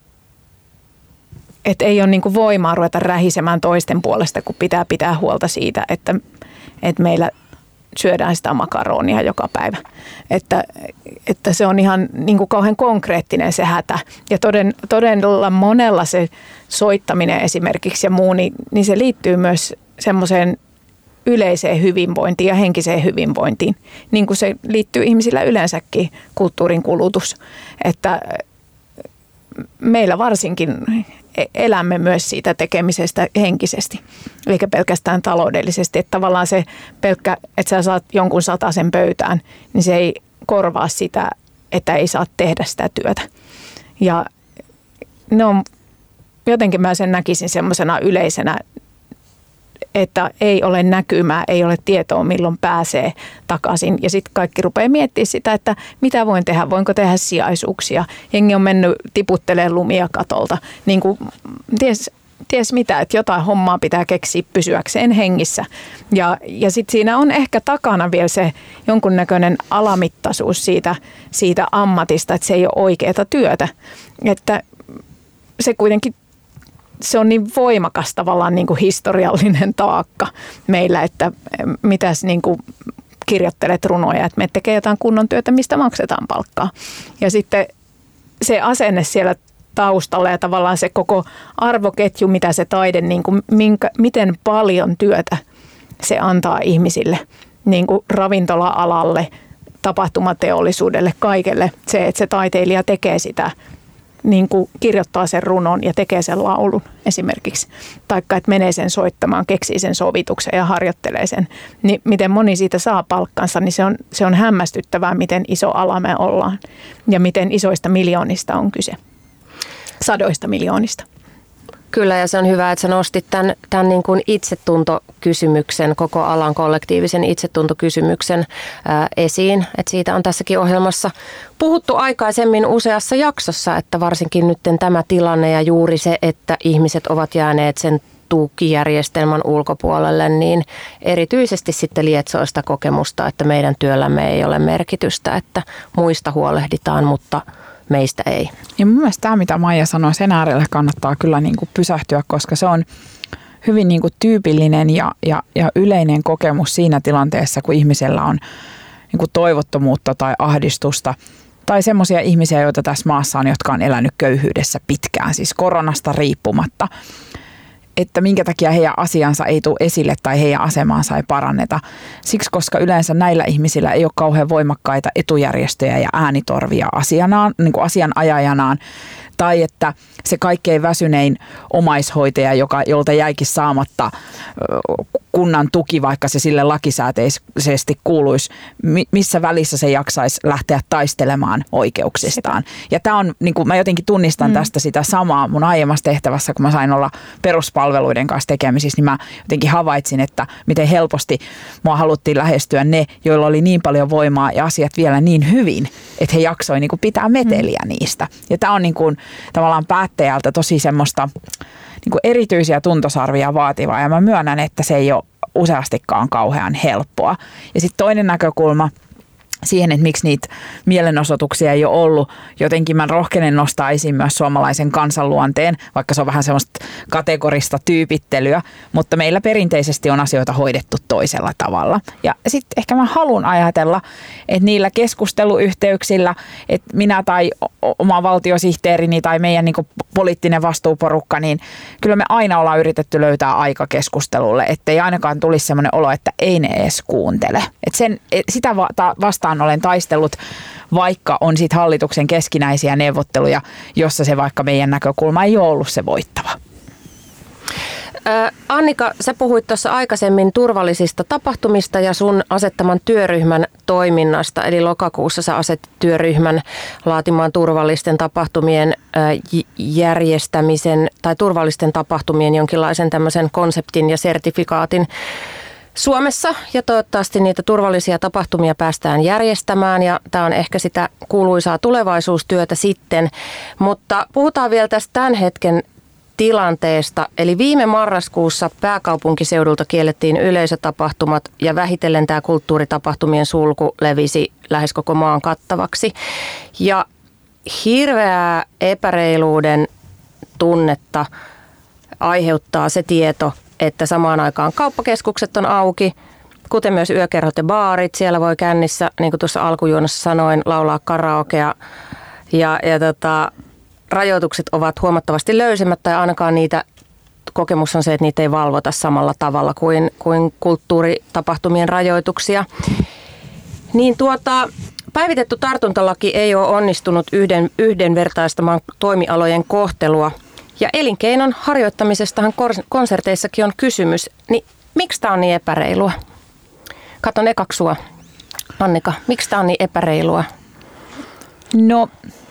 et ei ole niin kuin voimaa ruveta rähisemään toisten puolesta, kun pitää pitää huolta siitä, että, että meillä syödään sitä makaronia joka päivä. Että, että se on ihan niin kuin kauhean konkreettinen se hätä. Ja toden, todella monella se soittaminen esimerkiksi ja muu, niin, niin se liittyy myös semmoiseen yleiseen hyvinvointiin ja henkiseen hyvinvointiin. Niin kuin se liittyy ihmisillä yleensäkin kulttuurin kulutus. Että meillä varsinkin elämme myös siitä tekemisestä henkisesti, eikä pelkästään taloudellisesti. Että tavallaan se pelkkä, että sä saat jonkun satasen pöytään, niin se ei korvaa sitä, että ei saa tehdä sitä työtä. Ja ne on, jotenkin mä sen näkisin semmoisena yleisenä, että ei ole näkymää, ei ole tietoa, milloin pääsee takaisin. Ja sitten kaikki rupeaa miettimään sitä, että mitä voin tehdä, voinko tehdä sijaisuuksia. Jengi on mennyt tiputtelemaan lumia katolta. Niin kuin ties, ties mitä, että jotain hommaa pitää keksiä pysyäkseen hengissä. Ja, ja sitten siinä on ehkä takana vielä se jonkunnäköinen alamittaisuus siitä, siitä ammatista, että se ei ole oikeaa työtä. Että se kuitenkin se on niin voimakas tavallaan niin kuin historiallinen taakka meillä, että mitäs niin kuin kirjoittelet runoja, että me tekee jotain kunnon työtä, mistä maksetaan palkkaa. Ja sitten se asenne siellä taustalla ja tavallaan se koko arvoketju, mitä se taide, niin kuin minkä, miten paljon työtä se antaa ihmisille, niin kuin ravintola-alalle, tapahtumateollisuudelle, kaikelle. Se, että se taiteilija tekee sitä, niin kuin kirjoittaa sen runon ja tekee sen laulun esimerkiksi, taikka että menee sen soittamaan, keksii sen sovituksen ja harjoittelee sen, niin miten moni siitä saa palkkansa, niin se on, se on hämmästyttävää, miten iso ala me ollaan ja miten isoista miljoonista on kyse, sadoista miljoonista. Kyllä, ja se on hyvä, että sä nostit tämän, tämän niin kuin itsetuntokysymyksen, koko alan kollektiivisen itsetuntokysymyksen ää, esiin. Että siitä on tässäkin ohjelmassa puhuttu aikaisemmin useassa jaksossa, että varsinkin nyt tämä tilanne ja juuri se, että ihmiset ovat jääneet sen tukijärjestelmän ulkopuolelle, niin erityisesti sitten lietsoo sitä kokemusta, että meidän työllämme ei ole merkitystä, että muista huolehditaan, mutta meistä ei. Ja mun mielestä tämä, mitä Maija sanoi, sen äärelle kannattaa kyllä niin kuin pysähtyä, koska se on hyvin niin kuin tyypillinen ja, ja, ja yleinen kokemus siinä tilanteessa, kun ihmisellä on niin kuin toivottomuutta tai ahdistusta tai semmoisia ihmisiä, joita tässä maassa on, jotka on elänyt köyhyydessä pitkään, siis koronasta riippumatta, että minkä takia heidän asiansa ei tule esille tai heidän asemaansa ei paranneta. Siksi, koska yleensä näillä ihmisillä ei ole kauhean voimakkaita etujärjestöjä ja äänitorvia asianaan, niin kuin asianajajanaan, tai että se kaikkein väsynein omaishoitaja, joka, jolta jäikin saamatta kunnan tuki, vaikka se sille lakisääteisesti kuuluisi, missä välissä se jaksaisi lähteä taistelemaan oikeuksistaan. Ja tämä on, niin kuin mä jotenkin tunnistan mm. tästä sitä samaa mun aiemmassa tehtävässä, kun mä sain olla peruspalveluiden kanssa tekemisissä, niin mä jotenkin havaitsin, että miten helposti mua haluttiin lähestyä ne, joilla oli niin paljon voimaa ja asiat vielä niin hyvin, että he jaksoi niin kuin pitää meteliä mm. niistä. Ja tämä on niin kuin tavallaan päättäjältä tosi semmoista niin kuin erityisiä tuntosarvia vaativaa, ja mä myönnän, että se ei ole useastikaan kauhean helppoa. Ja sitten toinen näkökulma siihen, että miksi niitä mielenosoituksia ei ole ollut. Jotenkin mä rohkenen nostaa esiin myös suomalaisen kansanluonteen, vaikka se on vähän semmoista kategorista tyypittelyä, mutta meillä perinteisesti on asioita hoidettu toisella tavalla. Ja sitten ehkä mä haluan ajatella, että niillä keskusteluyhteyksillä, että minä tai oma valtiosihteerini tai meidän niin kuin poliittinen vastuuporukka, niin kyllä me aina ollaan yritetty löytää aika keskustelulle, ettei ainakaan tulisi semmoinen olo, että ei ne edes kuuntele. Et sen, et sitä vastaan olen taistellut, vaikka on sit hallituksen keskinäisiä neuvotteluja, jossa se vaikka meidän näkökulma ei ole ollut se voittava. Annika, sä puhuit tuossa aikaisemmin turvallisista tapahtumista ja sun asettaman työryhmän toiminnasta. Eli lokakuussa sä asetit työryhmän laatimaan turvallisten tapahtumien järjestämisen tai turvallisten tapahtumien jonkinlaisen tämmöisen konseptin ja sertifikaatin Suomessa, ja toivottavasti niitä turvallisia tapahtumia päästään järjestämään, ja tämä on ehkä sitä kuuluisaa tulevaisuustyötä sitten. Mutta puhutaan vielä tästä tämän hetken tilanteesta. Eli viime marraskuussa pääkaupunkiseudulta kiellettiin yleisötapahtumat, ja vähitellen tämä kulttuuritapahtumien sulku levisi lähes koko maan kattavaksi. Ja hirveää epäreiluuden tunnetta aiheuttaa se tieto, että samaan aikaan kauppakeskukset on auki, kuten myös yökerhot ja baarit. Siellä voi kännissä, niin kuin tuossa alkujuonnossa sanoin, laulaa karaokea. Ja, ja tota, rajoitukset ovat huomattavasti löysemmät, tai ainakaan niitä, kokemus on se, että niitä ei valvota samalla tavalla kuin, kuin kulttuuritapahtumien rajoituksia. Niin tuota, päivitetty tartuntalaki ei ole onnistunut yhden, yhdenvertaistamaan toimialojen kohtelua. Ja elinkeinon harjoittamisestahan konserteissakin on kysymys. Niin miksi tämä on niin epäreilua? Katon ekaksi sua, Annika. Miksi tämä on niin epäreilua? No,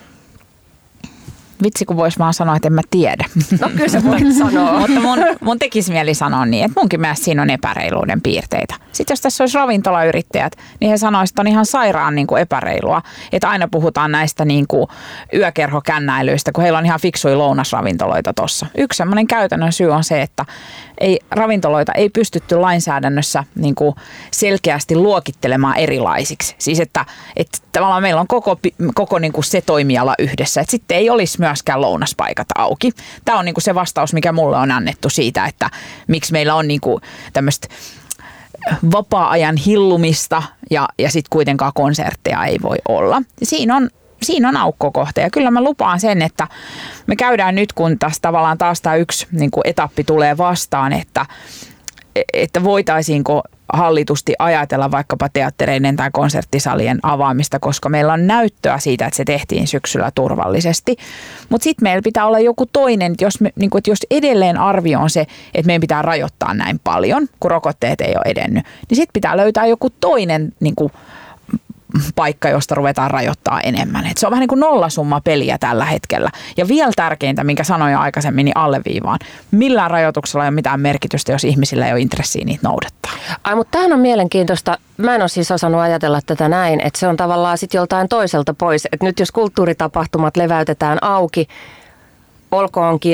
vitsi kun vois vaan sanoa, että en mä tiedä. No kyllä sä voit sanoa. Mutta mun, mun tekisi mieli sanoa niin, että munkin mielestä siinä on epäreiluuden piirteitä. Sitten jos tässä olisi ravintolayrittäjät, niin he sanoisivat, että on ihan sairaan niin kuin epäreilua. Että aina puhutaan näistä niin kuin yökerhokännäilyistä, kun heillä on ihan fiksuja lounasravintoloita tuossa. Yksi sellainen käytännön syy on se, että ei, ravintoloita ei pystytty lainsäädännössä niin kuin selkeästi luokittelemaan erilaisiksi. Siis että, että tavallaan meillä on koko, koko niin kuin se toimiala yhdessä, että sitten ei olisi myöskään lounaspaikat auki. Tämä on niin kuin se vastaus, mikä mulle on annettu siitä, että miksi meillä on niin kuin tämmöistä vapaa-ajan hillumista ja, ja sitten kuitenkaan konsertteja ei voi olla. Siinä on, siinä on aukkokohta, ja kyllä mä lupaan sen, että me käydään nyt, kun tässä tavallaan taas tämä yksi niin kuin etappi tulee vastaan, että, että voitaisiinko hallitusti ajatella vaikkapa teattereiden tai konserttisalien avaamista, koska meillä on näyttöä siitä, että se tehtiin syksyllä turvallisesti. Mutta sitten meillä pitää olla joku toinen, että jos, me, niin kun, että jos edelleen arvio on se, että meidän pitää rajoittaa näin paljon, kun rokotteet ei ole edennyt, niin sitten pitää löytää joku toinen niin kun, paikka, josta ruvetaan rajoittaa enemmän. Et se on vähän niin kuin nollasumma peliä tällä hetkellä. Ja vielä tärkeintä, minkä sanoin jo aikaisemmin, niin alleviivaan. Millään rajoituksella ei ole mitään merkitystä, jos ihmisillä ei ole intressiä niitä noudattaa. Ai, mutta tämähän on mielenkiintoista. Mä en ole siis osannut ajatella tätä näin, että se on tavallaan sitten joltain toiselta pois. Että nyt jos kulttuuritapahtumat leväytetään auki, olkoonkin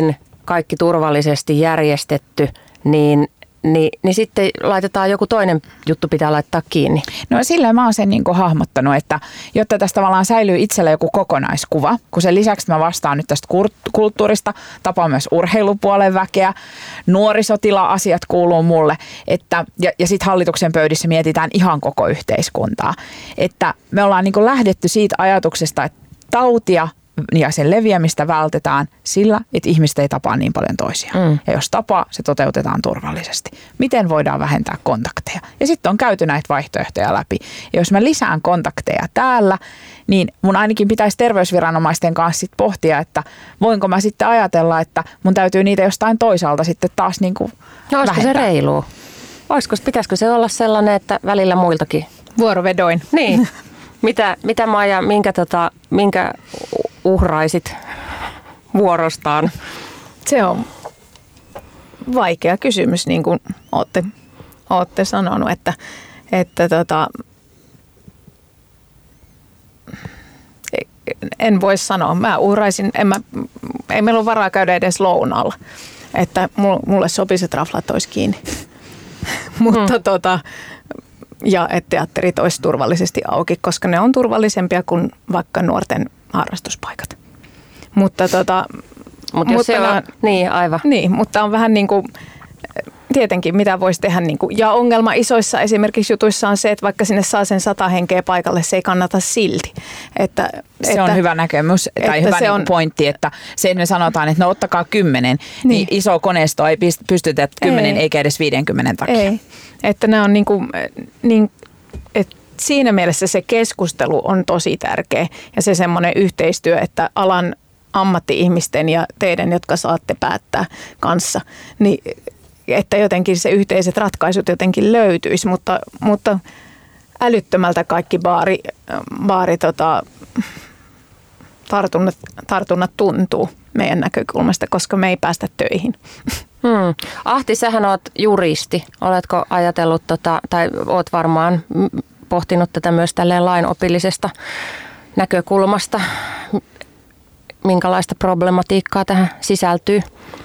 kaikki turvallisesti järjestetty, niin Niin, niin sitten laitetaan joku toinen juttu pitää laittaa kiinni. No sillä mä oon sen niin kuin hahmottanut, että jotta tästä tavallaan säilyy itsellä joku kokonaiskuva, kun sen lisäksi mä vastaan nyt tästä kulttuurista, tapaan myös urheilupuolen väkeä, nuorisotila-asiat kuuluu mulle, että, ja, ja sitten hallituksen pöydissä mietitään ihan koko yhteiskuntaa. Että me ollaan niin kuin lähdetty siitä ajatuksesta, että tautia ja sen leviämistä vältetään sillä, että ihmiset ei tapaa niin paljon toisiaan. Mm. Ja jos tapaa, se toteutetaan turvallisesti. Miten voidaan vähentää kontakteja? Ja sitten on käyty näitä vaihtoehtoja läpi. Ja jos mä lisään kontakteja täällä, niin mun ainakin pitäisi terveysviranomaisten kanssa sit pohtia, että voinko mä sitten ajatella, että mun täytyy niitä jostain toisaalta sitten taas niin kuin no, olisiko vähentää. Se reilua? Olisiko, pitäisikö se olla sellainen, että välillä muiltakin? Vuorovedoin. Niin. Mitä, mitä Maija, minkä, tota, minkä uhraisit vuorostaan? Se on vaikea kysymys, niin kuin olette, olette sanonut, että, että tota, en voi sanoa. Mä uhraisin, en mä, ei meillä ole varaa käydä edes lounalla, että mulle sopisi, että raflat olisi kiinni. Mutta hmm. tota, ja että teatterit olisi turvallisesti auki, koska ne on turvallisempia kuin vaikka nuorten harrastuspaikat. Mutta tota, Mut jos mutta se on, on, niin aivan. Niin, mutta on vähän niin kuin, tietenkin mitä voisi tehdä. Niin kuin, ja ongelma isoissa esimerkiksi jutuissa on se, että vaikka sinne saa sen sata henkeä paikalle, se ei kannata silti. Että, se että, on hyvä näkemys tai hyvä niin on, pointti, että se, että me sanotaan, että no ottakaa kymmenen, niin, niin iso koneisto ei pystytä kymmenen ei. eikä edes viidenkymmenen takia. Ei, että nämä on niin kuin, niin, että siinä mielessä se keskustelu on tosi tärkeä ja se semmoinen yhteistyö, että alan ammatti-ihmisten ja teidän, jotka saatte päättää kanssa, niin että jotenkin se yhteiset ratkaisut jotenkin löytyisi, mutta, mutta älyttömältä kaikki baari, baari tota, tartunnat, tartunnat tuntuu meidän näkökulmasta, koska me ei päästä töihin. Hmm. Ahti, sähän oot juristi. Oletko ajatellut, tota, tai oot varmaan pohtinut tätä myös tälleen lainopillisesta näkökulmasta? Minkälaista problematiikkaa tähän sisältyy?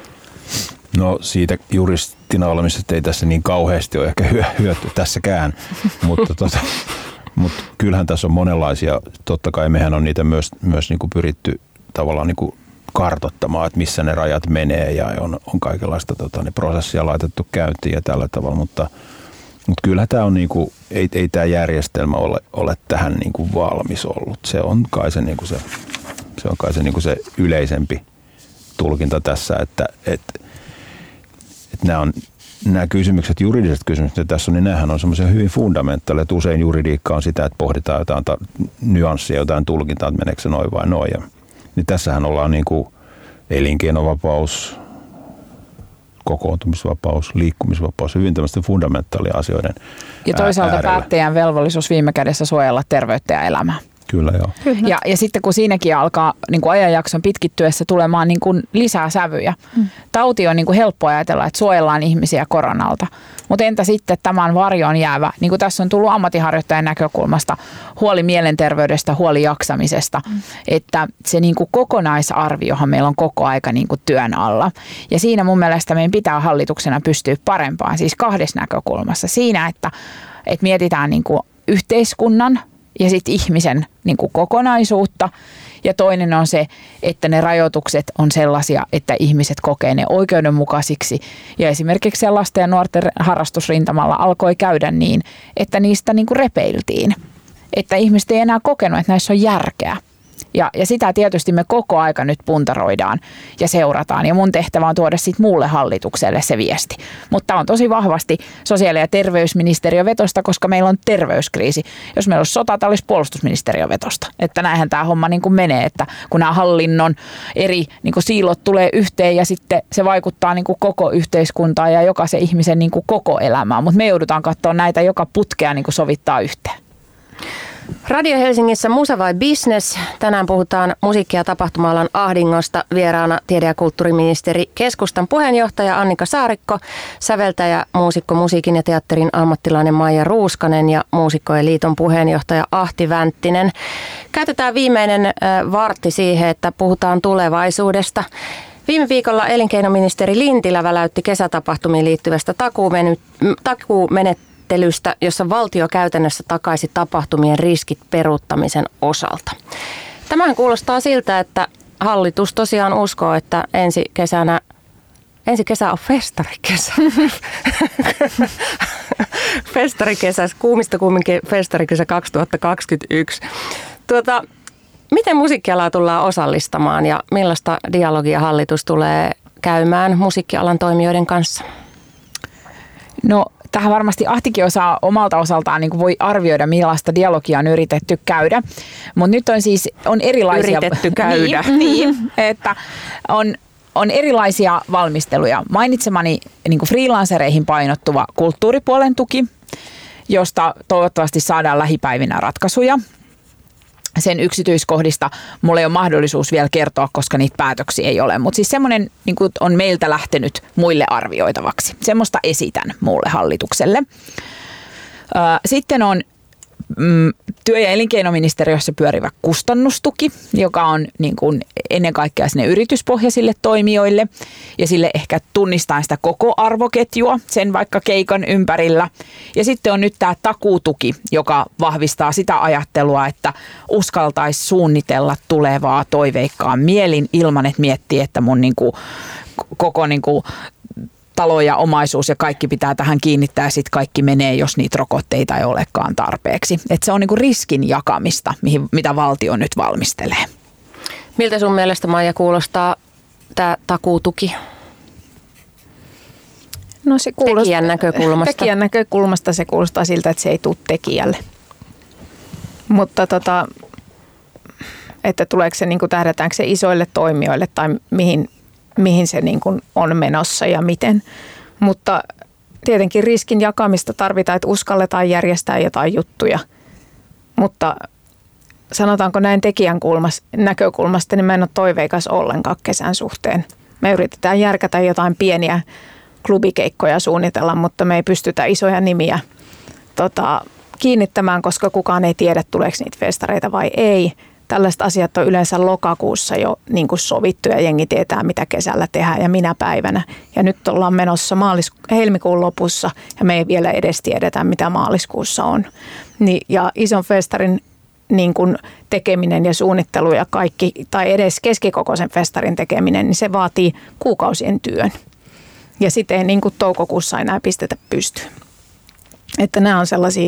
No siitä juristina olemisesta ei tässä niin kauheasti ole ehkä hyöty tässäkään, mutta, tota, mutta kyllähän tässä on monenlaisia, totta kai mehän on niitä myös, myös niin kuin pyritty tavallaan niin kuin kartoittamaan, että missä ne rajat menee ja on, on kaikenlaista tota, niin prosessia laitettu käyntiin ja tällä tavalla, mutta, mutta kyllähän tämä on niin kuin, ei, ei tämä järjestelmä ole, ole tähän niin kuin valmis ollut. Se on kai se, niin kuin se, se, on kai se, niin kuin se yleisempi tulkinta tässä, että, että, että nämä, on, nämä kysymykset, juridiset kysymykset tässä on, niin nämähän on semmoisia hyvin fundamentaaleja, että usein juridiikka on sitä, että pohditaan jotain ta- nyanssia, jotain tulkintaa, että meneekö se noin vai noin. Ja, niin tässähän ollaan niin kuin elinkeinovapaus, kokoontumisvapaus, liikkumisvapaus, hyvin tämmöisten fundamentaalien asioiden ja toisaalta äärellä. Päättäjän velvollisuus viime kädessä suojella terveyttä ja elämää. Kyllä joo. Kyllä. Ja, ja sitten kun siinäkin alkaa niin kuin ajanjakson pitkittyessä tulemaan niin kuin lisää sävyjä. Mm. Tauti on niin kuin helppo ajatella, että suojellaan ihmisiä koronalta. Mutta entä sitten tämän varjoon jäävä, niin kuin tässä on tullut ammatinharjoittajan näkökulmasta, huoli mielenterveydestä, huoli jaksamisesta, mm. että se niin kuin kokonaisarviohan meillä on koko aika niin kuin työn alla. Ja siinä mun mielestä meidän pitää hallituksena pystyä parempaan, siis kahdessa näkökulmassa. Siinä, että, että mietitään niin kuin yhteiskunnan ja sitten ihmisen niin kuin kokonaisuutta. Ja toinen on se, että ne rajoitukset on sellaisia, että ihmiset kokee ne oikeudenmukaisiksi. Ja esimerkiksi se lasten ja nuorten harrastusrintamalla alkoi käydä niin, että niistä niin kuin repeiltiin. Että ihmiset ei enää kokenut, että näissä on järkeä. Ja, ja sitä tietysti me koko aika nyt puntaroidaan ja seurataan. Ja mun tehtävä on tuoda sitten muulle hallitukselle se viesti. Mutta on tosi vahvasti sosiaali- ja terveysministeriön vetosta, koska meillä on terveyskriisi. Jos meillä olisi sota, tämä olisi puolustusministeriön vetosta. Että näinhän tämä homma niin kuin menee, että kun nämä hallinnon eri niin kuin siilot tulee yhteen ja sitten se vaikuttaa niin kuin koko yhteiskuntaan ja jokaisen ihmisen niin kuin koko elämään. Mutta me joudutaan katsoa näitä joka putkea niin kuin sovittaa yhteen. Radio Helsingissä Musa vai Business? Tänään puhutaan musiikki- ja tapahtuma-alan ahdingosta. Vieraana tiede- ja kulttuuriministeri, keskustan puheenjohtaja Annika Saarikko, säveltäjä, muusikko, musiikin ja teatterin ammattilainen Maija Ruuskanen ja Muusikkojen liiton puheenjohtaja Ahti Vänttinen. Käytetään viimeinen vartti siihen, että puhutaan tulevaisuudesta. Viime viikolla elinkeinoministeri Lintilä väläytti kesätapahtumiin liittyvästä takuumenettelystä, jossa valtio käytännössä takaisi tapahtumien riskit peruuttamisen osalta. Tämähän kuulostaa siltä, että hallitus tosiaan uskoo, että ensi kesänä, ensi kesä on festarikesä. Festarikesä, kuumista kuuminkin festarikesä kaksituhattakaksikymmentäyksi. Tuota, miten musiikkialaa tullaan osallistamaan ja millaista dialogia hallitus tulee käymään musiikkialan toimijoiden kanssa? No tähän varmasti Ahtikin osaa omalta osaltaan niin kuin voi arvioida, millaista dialogia on yritetty käydä. Mutta nyt on siis on erilaisia... Yritetty käydä. niin, niin, että on, on erilaisia valmisteluja. Mainitsemani niin kuin freelancereihin painottuva kulttuuripuolen tuki, josta toivottavasti saadaan lähipäivinä ratkaisuja. Sen yksityiskohdista mulla ei ole mahdollisuus vielä kertoa, koska niitä päätöksiä ei ole. Mutta siis semmoinen niin kuin on meiltä lähtenyt muille arvioitavaksi. Semmoista esitän muulle hallitukselle. Sitten on mm, työ- ja elinkeinoministeriössä pyörivä kustannustuki, joka on niin kuin ennen kaikkea sinne yrityspohjaisille toimijoille ja sille ehkä tunnistaa sitä koko arvoketjua sen vaikka keikan ympärillä. Ja sitten on nyt tämä takuutuki, joka vahvistaa sitä ajattelua, että uskaltaisi suunnitella tulevaa toiveikkaan mielin ilman, että miettii, että mun niin kuin, koko niin kuin, talo ja omaisuus ja kaikki pitää tähän kiinnittää ja sitten kaikki menee, jos niitä rokotteita ei olekaan tarpeeksi. Että se on niin kuin riskin jakamista, mihin, mitä valtio nyt valmistelee. Miltä sun mielestä, Maija, kuulostaa tämä takuutuki? No se kuulostaa, tekijän näkökulmasta. Tekijän näkökulmasta se kuulostaa siltä, että se ei tule tekijälle. Mutta tota, että tuleeko se, niin kuin tähdätäänkö se isoille toimijoille tai mihin, mihin se niin kuin on menossa ja miten. Mutta tietenkin riskin jakamista tarvitaan, että uskalletaan järjestää jotain juttuja. Mutta sanotaanko näin tekijän näkökulmasta, niin mä en ole toiveikas ollenkaan kesän suhteen. Me yritetään järkätä jotain pieniä klubikeikkoja suunnitella, mutta me ei pystytä isoja nimiä tota, kiinnittämään, koska kukaan ei tiedä, tuleeko niitä festareita vai ei. Tällaiset asiat on yleensä lokakuussa jo niin kuin sovittu ja jengi tietää, mitä kesällä tehdään ja minä päivänä. Ja nyt ollaan menossa maalis- helmikuun lopussa ja me ei vielä edes tiedetä, mitä maaliskuussa on. Niin, ja ison festarin niin kuin tekeminen ja suunnittelu ja kaikki, tai edes keskikokoisen festarin tekeminen, niin se vaatii kuukausien työn. Ja sitten ei niin kuin toukokuussa enää pistetä pystyyn. Että nämä on sellaisia,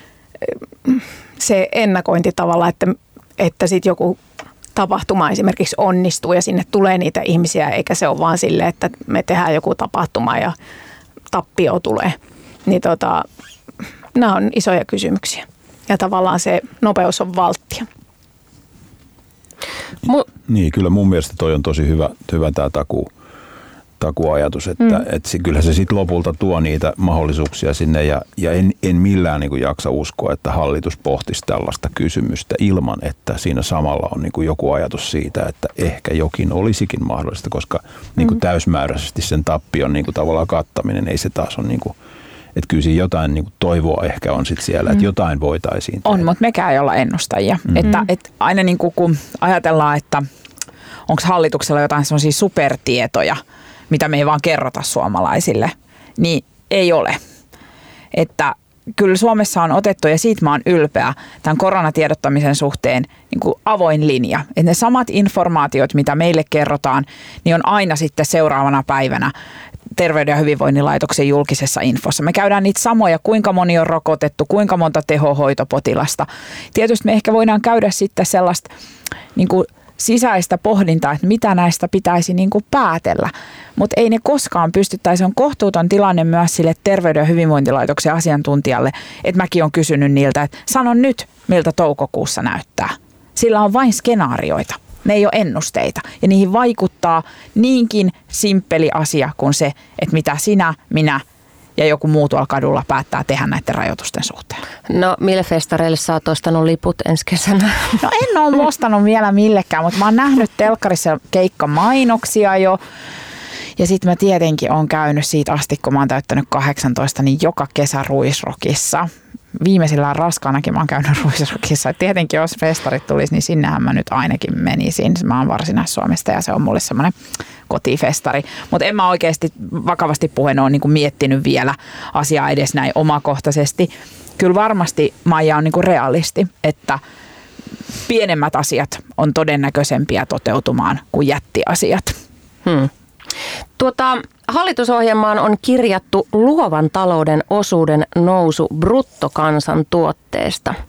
se ennakointi tavalla, että, että sitten joku tapahtuma esimerkiksi onnistuu ja sinne tulee niitä ihmisiä, eikä se ole vaan silleen, että me tehdään joku tapahtuma ja tappio tulee. Niin tota, nämä on isoja kysymyksiä. Ja tavallaan se nopeus on valttia. Mu- niin, kyllä mun mielestä toi on tosi hyvä, hyvä tämä takuu, takuajatus, että mm. et se, kyllä se sitten lopulta tuo niitä mahdollisuuksia sinne ja, ja en, en millään niin kuin jaksa uskoa, että hallitus pohtisi tällaista kysymystä ilman, että siinä samalla on niin kuin joku ajatus siitä, että ehkä jokin olisikin mahdollista, koska niin kuin mm. täysmääräisesti sen tappion niin kuin tavallaan kattaminen, ei se taas ole niin kuin, että kyllä siinä jotain niin kuin toivoa ehkä on sitten siellä, että jotain voitaisiin tehdä. On, mutta mekään ei olla ennustajia. Mm-hmm. Että, että aina niin kuin, kun ajatellaan, että onko hallituksella jotain sellaisia supertietoja, mitä me ei vaan kerrota suomalaisille, niin ei ole. Että kyllä Suomessa on otettu, ja siitä mä oon ylpeä, tämän koronatiedottamisen suhteen niin kuin avoin linja. Että ne samat informaatiot, mitä meille kerrotaan, niin on aina sitten seuraavana päivänä Terveyden ja hyvinvoinnin laitoksen julkisessa infossa. Me käydään niitä samoja, kuinka moni on rokotettu, kuinka monta tehohoitopotilasta. Tietysti me ehkä voidaan käydä sitten sellaista niin kuin sisäistä pohdintaa, että mitä näistä pitäisi niin kuin päätellä. Mutta ei ne koskaan pystyttäisi. Se on kohtuuton tilanne myös sille Terveyden ja hyvinvointilaitoksen asiantuntijalle, että mäkin olen kysynyt niiltä, että sano nyt, miltä toukokuussa näyttää. Sillä on vain skenaarioita. Ne ei ole ennusteita ja niihin vaikuttaa niinkin simppeli asia kuin se, että mitä sinä, minä ja joku muu tuolla kadulla päättää tehdä näiden rajoitusten suhteen. No mille festareille sä oot ostanut liput ensi kesänä? No en ole ostanut vielä millekään, mutta mä oon nähnyt telkkarissa keikkamainoksia jo. Ja sitten mä tietenkin oon käynyt siitä asti, kun mä oon täyttänyt kahdeksantoista, niin joka kesä Ruisrockissa. viimeisillään raskaanakin mä oon käynyt Ruisrockissa. Tietenkin jos festarit tulisi, niin sinnehän mä nyt ainakin menisin. Mä oon Varsinais-Suomesta ja se on mulle semmoinen kotifestari. Mutta en mä oikeasti vakavasti puheen ole niin kuin miettinyt vielä asiaa edes näin omakohtaisesti. Kyllä varmasti Maija on niin kuin realisti, että pienemmät asiat on todennäköisempiä toteutumaan kuin jättiasiat. Hmm. Tuota, hallitusohjelmaan on kirjattu luovan talouden osuuden nousu bruttokansantuotteesta.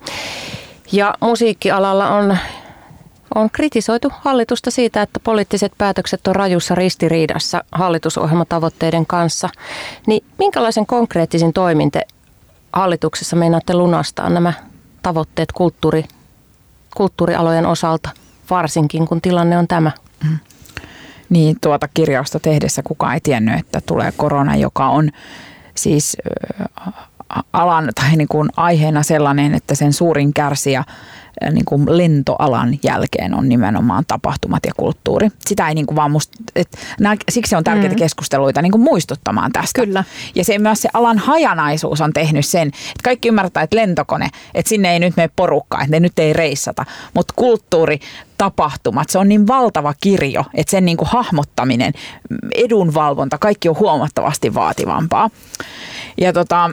Ja musiikkialalla on, on kritisoitu hallitusta siitä, että poliittiset päätökset on rajussa ristiriidassa hallitusohjelmatavoitteiden kanssa. Niin minkälaisen konkreettisin toimin te hallituksessa meinaatte lunastaa nämä tavoitteet kulttuuri, kulttuurialojen osalta, varsinkin kun tilanne on tämä? Mm. Niin, tuota kirjausta tehdessä kukaan ei tiennyt, että tulee korona, joka on siis äh, alan tai niin kuin aiheena sellainen, että sen suurin kärsijä äh, niin kuin lentoalan jälkeen on nimenomaan tapahtumat ja kulttuuri. Sitä ei niin kuin vaan musta, että nämä, siksi on tärkeitä mm. keskusteluita niin kuin muistuttamaan tästä. Kyllä. Ja se myös se alan hajanaisuus on tehnyt sen, että kaikki ymmärtää, että lentokone, että sinne ei nyt mene porukkaa, että ne nyt ei reissata, mutta kulttuuri, tapahtumat, se on niin valtava kirjo, että sen niin kuin hahmottaminen, edunvalvonta, kaikki on huomattavasti vaativampaa. Ja tota,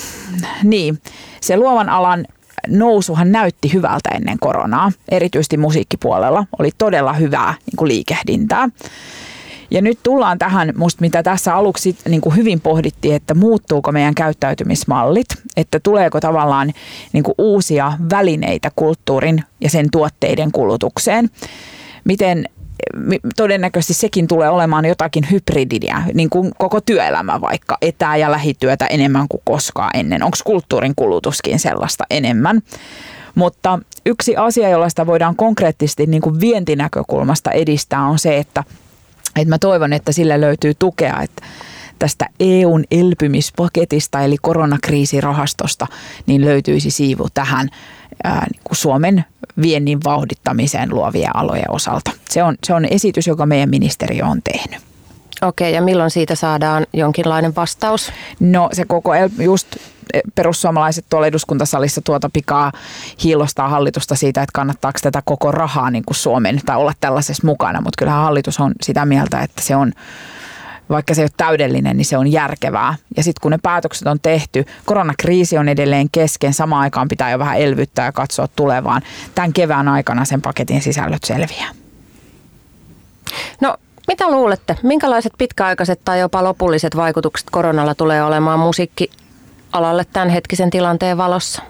niin, se luovan alan nousuhan näytti hyvältä ennen koronaa, erityisesti musiikkipuolella, oli todella hyvää niin kuin liikehdintää. Ja nyt tullaan tähän, musta mitä tässä aluksi niin kuin hyvin pohdittiin, että muuttuuko meidän käyttäytymismallit, että tuleeko tavallaan niin kuin uusia välineitä kulttuurin ja sen tuotteiden kulutukseen. Miten todennäköisesti sekin tulee olemaan jotakin hybridiä, niin kuin koko työelämä vaikka, etä- ja lähityötä enemmän kuin koskaan ennen. Onko kulttuurin kulutuskin sellaista enemmän? Mutta yksi asia, jolla sitä voidaan konkreettisesti niin kuin vientinäkökulmasta edistää, on se, että että mä toivon, että sille löytyy tukea, että tästä E U:n elpymispaketista eli koronakriisirahastosta niin löytyisi siivu tähän ää, niin kuin Suomen viennin vauhdittamiseen luovien alojen osalta. Se on, se on esitys, joka meidän ministeriö on tehnyt. Okei, ja milloin siitä saadaan jonkinlainen vastaus? No se koko, just perussuomalaiset tuolla eduskuntasalissa tuota pikaa hiillostaa hallitusta siitä, että kannattaako tätä koko rahaa niin kuin Suomen tai olla tällaisessa mukana, mutta kyllähän hallitus on sitä mieltä, että se on, vaikka se ei ole täydellinen, niin se on järkevää. Ja sitten kun ne päätökset on tehty, koronakriisi on edelleen kesken, samaan aikaan pitää jo vähän elvyttää ja katsoa tulevaan. Tämän kevään aikana sen paketin sisällöt selviää. No, mitä luulette? Minkälaiset pitkäaikaiset tai jopa lopulliset vaikutukset koronalla tulee olemaan musiikkialalle tämänhetkisen tilanteen valossa?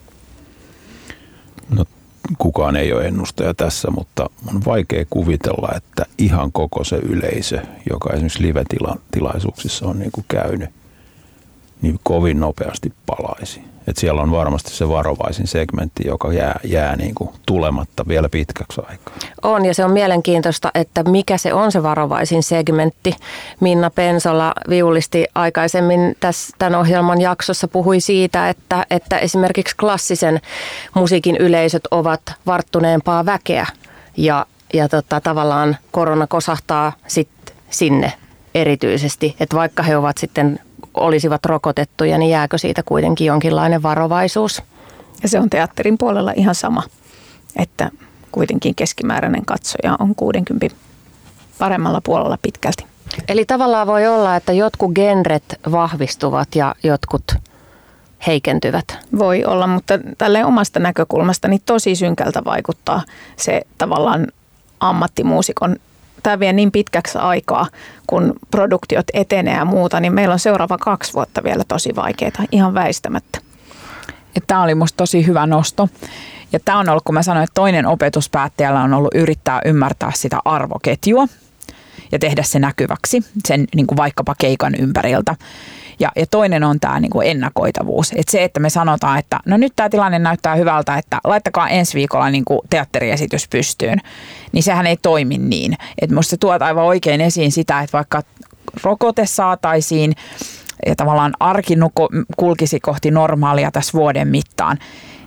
No, kukaan ei ole ennustaja tässä, mutta on vaikea kuvitella, että ihan koko se yleisö, joka esimerkiksi live-tilaisuuksissa on niin kuin käynyt, niin kovin nopeasti palaisi. Et siellä on varmasti se varovaisin segmentti, joka jää, jää niin kuin tulematta vielä pitkäksi aikaa. On, ja se on mielenkiintoista, että mikä se on se varovaisin segmentti. Minna Pensola viulisti aikaisemmin tässä, tämän ohjelman jaksossa puhui siitä, että, että esimerkiksi klassisen musiikin yleisöt ovat varttuneempaa väkeä ja, ja tota, tavallaan korona kosahtaa sit sinne erityisesti, että vaikka he ovat sitten olisivat rokotettuja, niin jääkö siitä kuitenkin jonkinlainen varovaisuus? Ja se on teatterin puolella ihan sama, että kuitenkin keskimääräinen katsoja on kuusikymmentä paremmalla puolella pitkälti. Eli tavallaan voi olla, että jotkut genret vahvistuvat ja jotkut heikentyvät. Voi olla, mutta tälleen omasta näkökulmasta niin tosi synkältä vaikuttaa se tavallaan ammattimuusikon. Tämä vie niin pitkäksi aikaa, kun produktiot etenee ja muuta, niin meillä on seuraava kaksi vuotta vielä tosi vaikeaa, ihan väistämättä. Tämä oli musta tosi hyvä nosto. Ja tämä on ollut, kun mä sanoin, että toinen opetuspäättäjällä on ollut yrittää ymmärtää sitä arvoketjua ja tehdä se näkyväksi sen niin kuin vaikkapa keikan ympäriltä. Ja, ja toinen on tämä niin kuin ennakoitavuus. Että se, että me sanotaan, että no nyt tämä tilanne näyttää hyvältä, että laittakaa ensi viikolla niin kuin teatteriesitys pystyyn, niin sehän ei toimi niin. Että musta se tuot aivan oikein esiin sitä, että vaikka rokote saataisiin ja tavallaan arki kulkisi kohti normaalia tässä vuoden mittaan,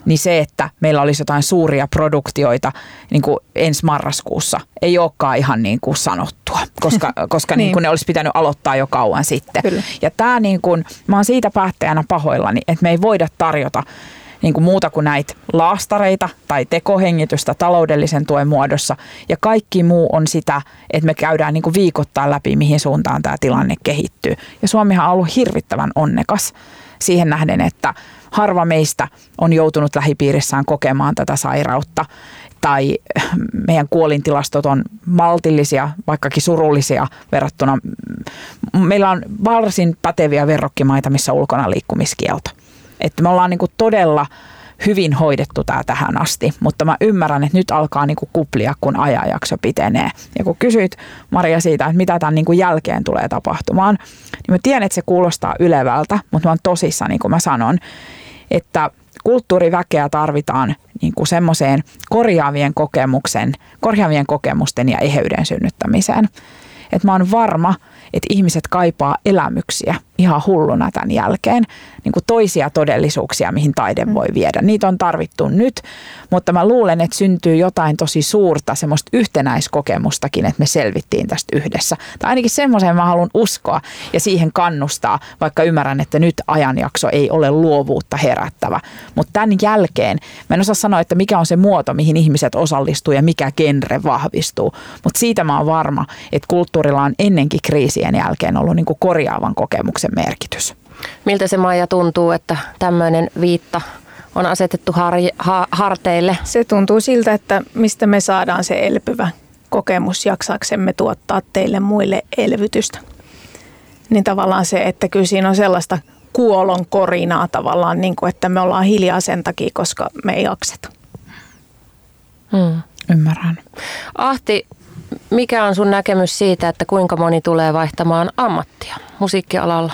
niin se, että meillä olisi jotain suuria produktioita niin kuin ensi marraskuussa, ei olekaan ihan niin kuin sanottua, koska, koska niin. Niin kuin ne olisi pitänyt aloittaa jo kauan sitten. Kyllä. Ja tämä niin kuin, mä oon siitä päättäjänä pahoillani, että me ei voida tarjota niin kuin muuta kuin näitä laastareita tai tekohengitystä taloudellisen tuen muodossa. Ja kaikki muu on sitä, että me käydään niin kuin viikoittain läpi, mihin suuntaan tämä tilanne kehittyy. Ja Suomihan on ollut hirvittävän onnekas siihen nähden, että harva meistä on joutunut lähipiirissään kokemaan tätä sairautta. Tai meidän kuolintilastot on maltillisia, vaikkakin surullisia verrattuna. Meillä on varsin päteviä verrokkimaita, missä on ulkona liikkumiskielto. Että me ollaan niinku todella hyvin hoidettu tämä tähän asti, mutta mä ymmärrän, että nyt alkaa niinku kuplia, kun ajanjakso pitenee. Ja kun kysyit, Maria, siitä, että mitä tämän niinku jälkeen tulee tapahtumaan, niin mä tiedän, että se kuulostaa ylevältä, mutta mä oon tosissaan, niin kuin mä sanon, että kulttuuriväkeä tarvitaan niinku semmoiseen korjaavien kokemuksen, korjaavien kokemusten ja eheyden synnyttämiseen. Että mä oon varma, että ihmiset kaipaa elämyksiä ihan hulluna tämän jälkeen, niin kuin toisia todellisuuksia, mihin taide voi viedä. Niitä on tarvittu nyt, mutta mä luulen, että syntyy jotain tosi suurta, semmoista yhtenäiskokemustakin, että me selvittiin tästä yhdessä. Tai ainakin semmoiseen mä haluan uskoa ja siihen kannustaa, vaikka ymmärrän, että nyt ajanjakso ei ole luovuutta herättävä. Mutta tämän jälkeen, mä en osaa sanoa, että mikä on se muoto, mihin ihmiset osallistuu ja mikä genre vahvistuu, mutta siitä mä oon varma, että kulttuurilla on ennenkin kriisien jälkeen ollut niin kuin korjaavan kokemuksen merkitys. Miltä se, Maija, tuntuu, että tämmöinen viitta on asetettu har- ha- harteille? Se tuntuu siltä, että mistä me saadaan se elpyvä kokemus jaksaaksemme tuottaa teille muille elvytystä. Niin tavallaan se, että kyllä siinä on sellaista kuolon korinaa tavallaan, niin kuin, että me ollaan hiljaa sen takia, koska me ei jakseta. Hmm. Ymmärrän. Ahti, mikä on sun näkemys siitä, että kuinka moni tulee vaihtamaan ammattia musiikkialalla?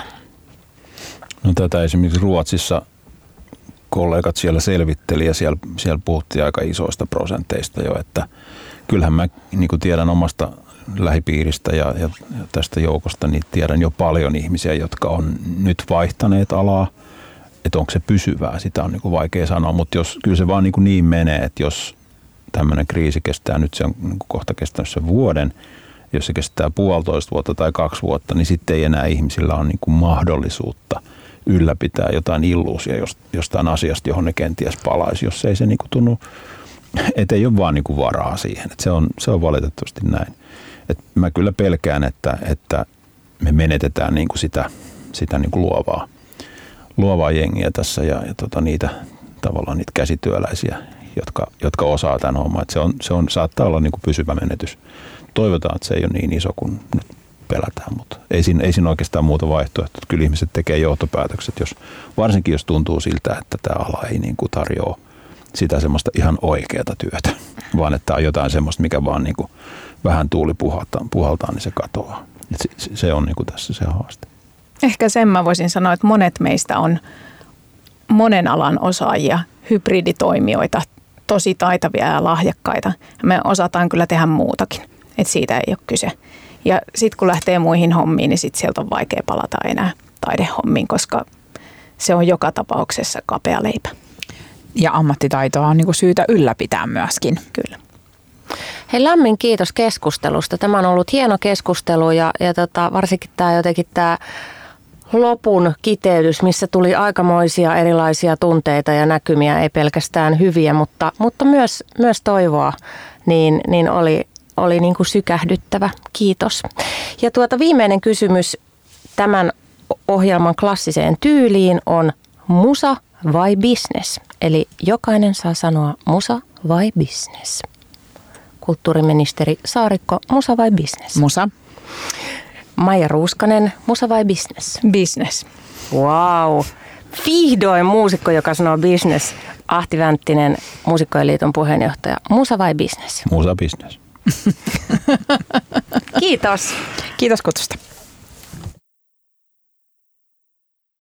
No tätä esimerkiksi Ruotsissa kollegat siellä selvitteli ja siellä, siellä puhuttiin aika isoista prosenteista jo, että kyllähän mä niin kuin tiedän omasta lähipiiristä ja, ja tästä joukosta, niin tiedän jo paljon ihmisiä, jotka on nyt vaihtaneet alaa, että onko se pysyvää, sitä on niin kuin vaikea sanoa, mutta jos, kyllä se vaan niin, kuin niin menee, että jos tämmöinen kriisi kestää, nyt se on niin kuin kohta kestänyt sen vuoden, jos se kestää puolitoista vuotta tai kaksi vuotta, niin sitten ei enää ihmisillä ole niin kuin mahdollisuutta ylläpitää jotain illuusia jostain asiasta, johon ne kenties palaisi, jos ei se niin kuin tunnu, että ei ole vaan niin kuin varaa siihen. Että se, on, se on valitettavasti näin. Et mä kyllä pelkään, että, että me menetetään niin kuin sitä, sitä niin kuin luovaa, luovaa jengiä tässä ja, ja tota niitä, tavallaan niitä käsityöläisiä, jotka, jotka osaa tämän homman. Et se, on, se on, saattaa olla niin kuin pysyvä menetys. Toivotaan, että se ei ole niin iso kuin nyt pelätään, mutta ei siinä, ei siinä oikeastaan muuta vaihtoehtoa. Kyllä ihmiset tekee johtopäätökset, jos, varsinkin jos tuntuu siltä, että tämä ala ei niin kuin tarjoa sitä semmoista ihan oikeaa työtä, vaan että on jotain semmoista, mikä vaan niin kuin vähän tuuli puhaltaa, puhaltaa, niin se katoaa. Se, se on niin kuin tässä se haaste. Ehkä sen mä voisin sanoa, että monet meistä on monen alan osaajia, hybriditoimijoita, tosi taitavia ja lahjakkaita. Me osataan kyllä tehdä muutakin, että siitä ei ole kyse. Ja sitten kun lähtee muihin hommiin, niin sit sieltä on vaikea palata enää taidehommiin, koska se on joka tapauksessa kapea leipä. Ja ammattitaitoa on niinku syytä ylläpitää myöskin. Kyllä. Hei, lämmin kiitos keskustelusta. Tämä on ollut hieno keskustelu ja, ja tota, varsinkin tämä jotenkin tämä lopun kiteytys, missä tuli aikamoisia erilaisia tunteita ja näkymiä, ei pelkästään hyviä, mutta, mutta myös, myös toivoa, niin, niin oli, oli niin kuin sykähdyttävä. Kiitos. Ja tuota viimeinen kysymys tämän ohjelman klassiseen tyyliin on musa vai business? Eli jokainen saa sanoa musa vai business. Kulttuuriministeri Saarikko, musa vai business? Musa. Maija Ruuskanen, musa vai business? Business. Wow. Vihdoin muusikko, joka sanoo business. Ahti Vänttinen, Muusikkojen liiton puheenjohtaja. Musa vai business? Musa business. Kiitos. Kiitos kutsusta.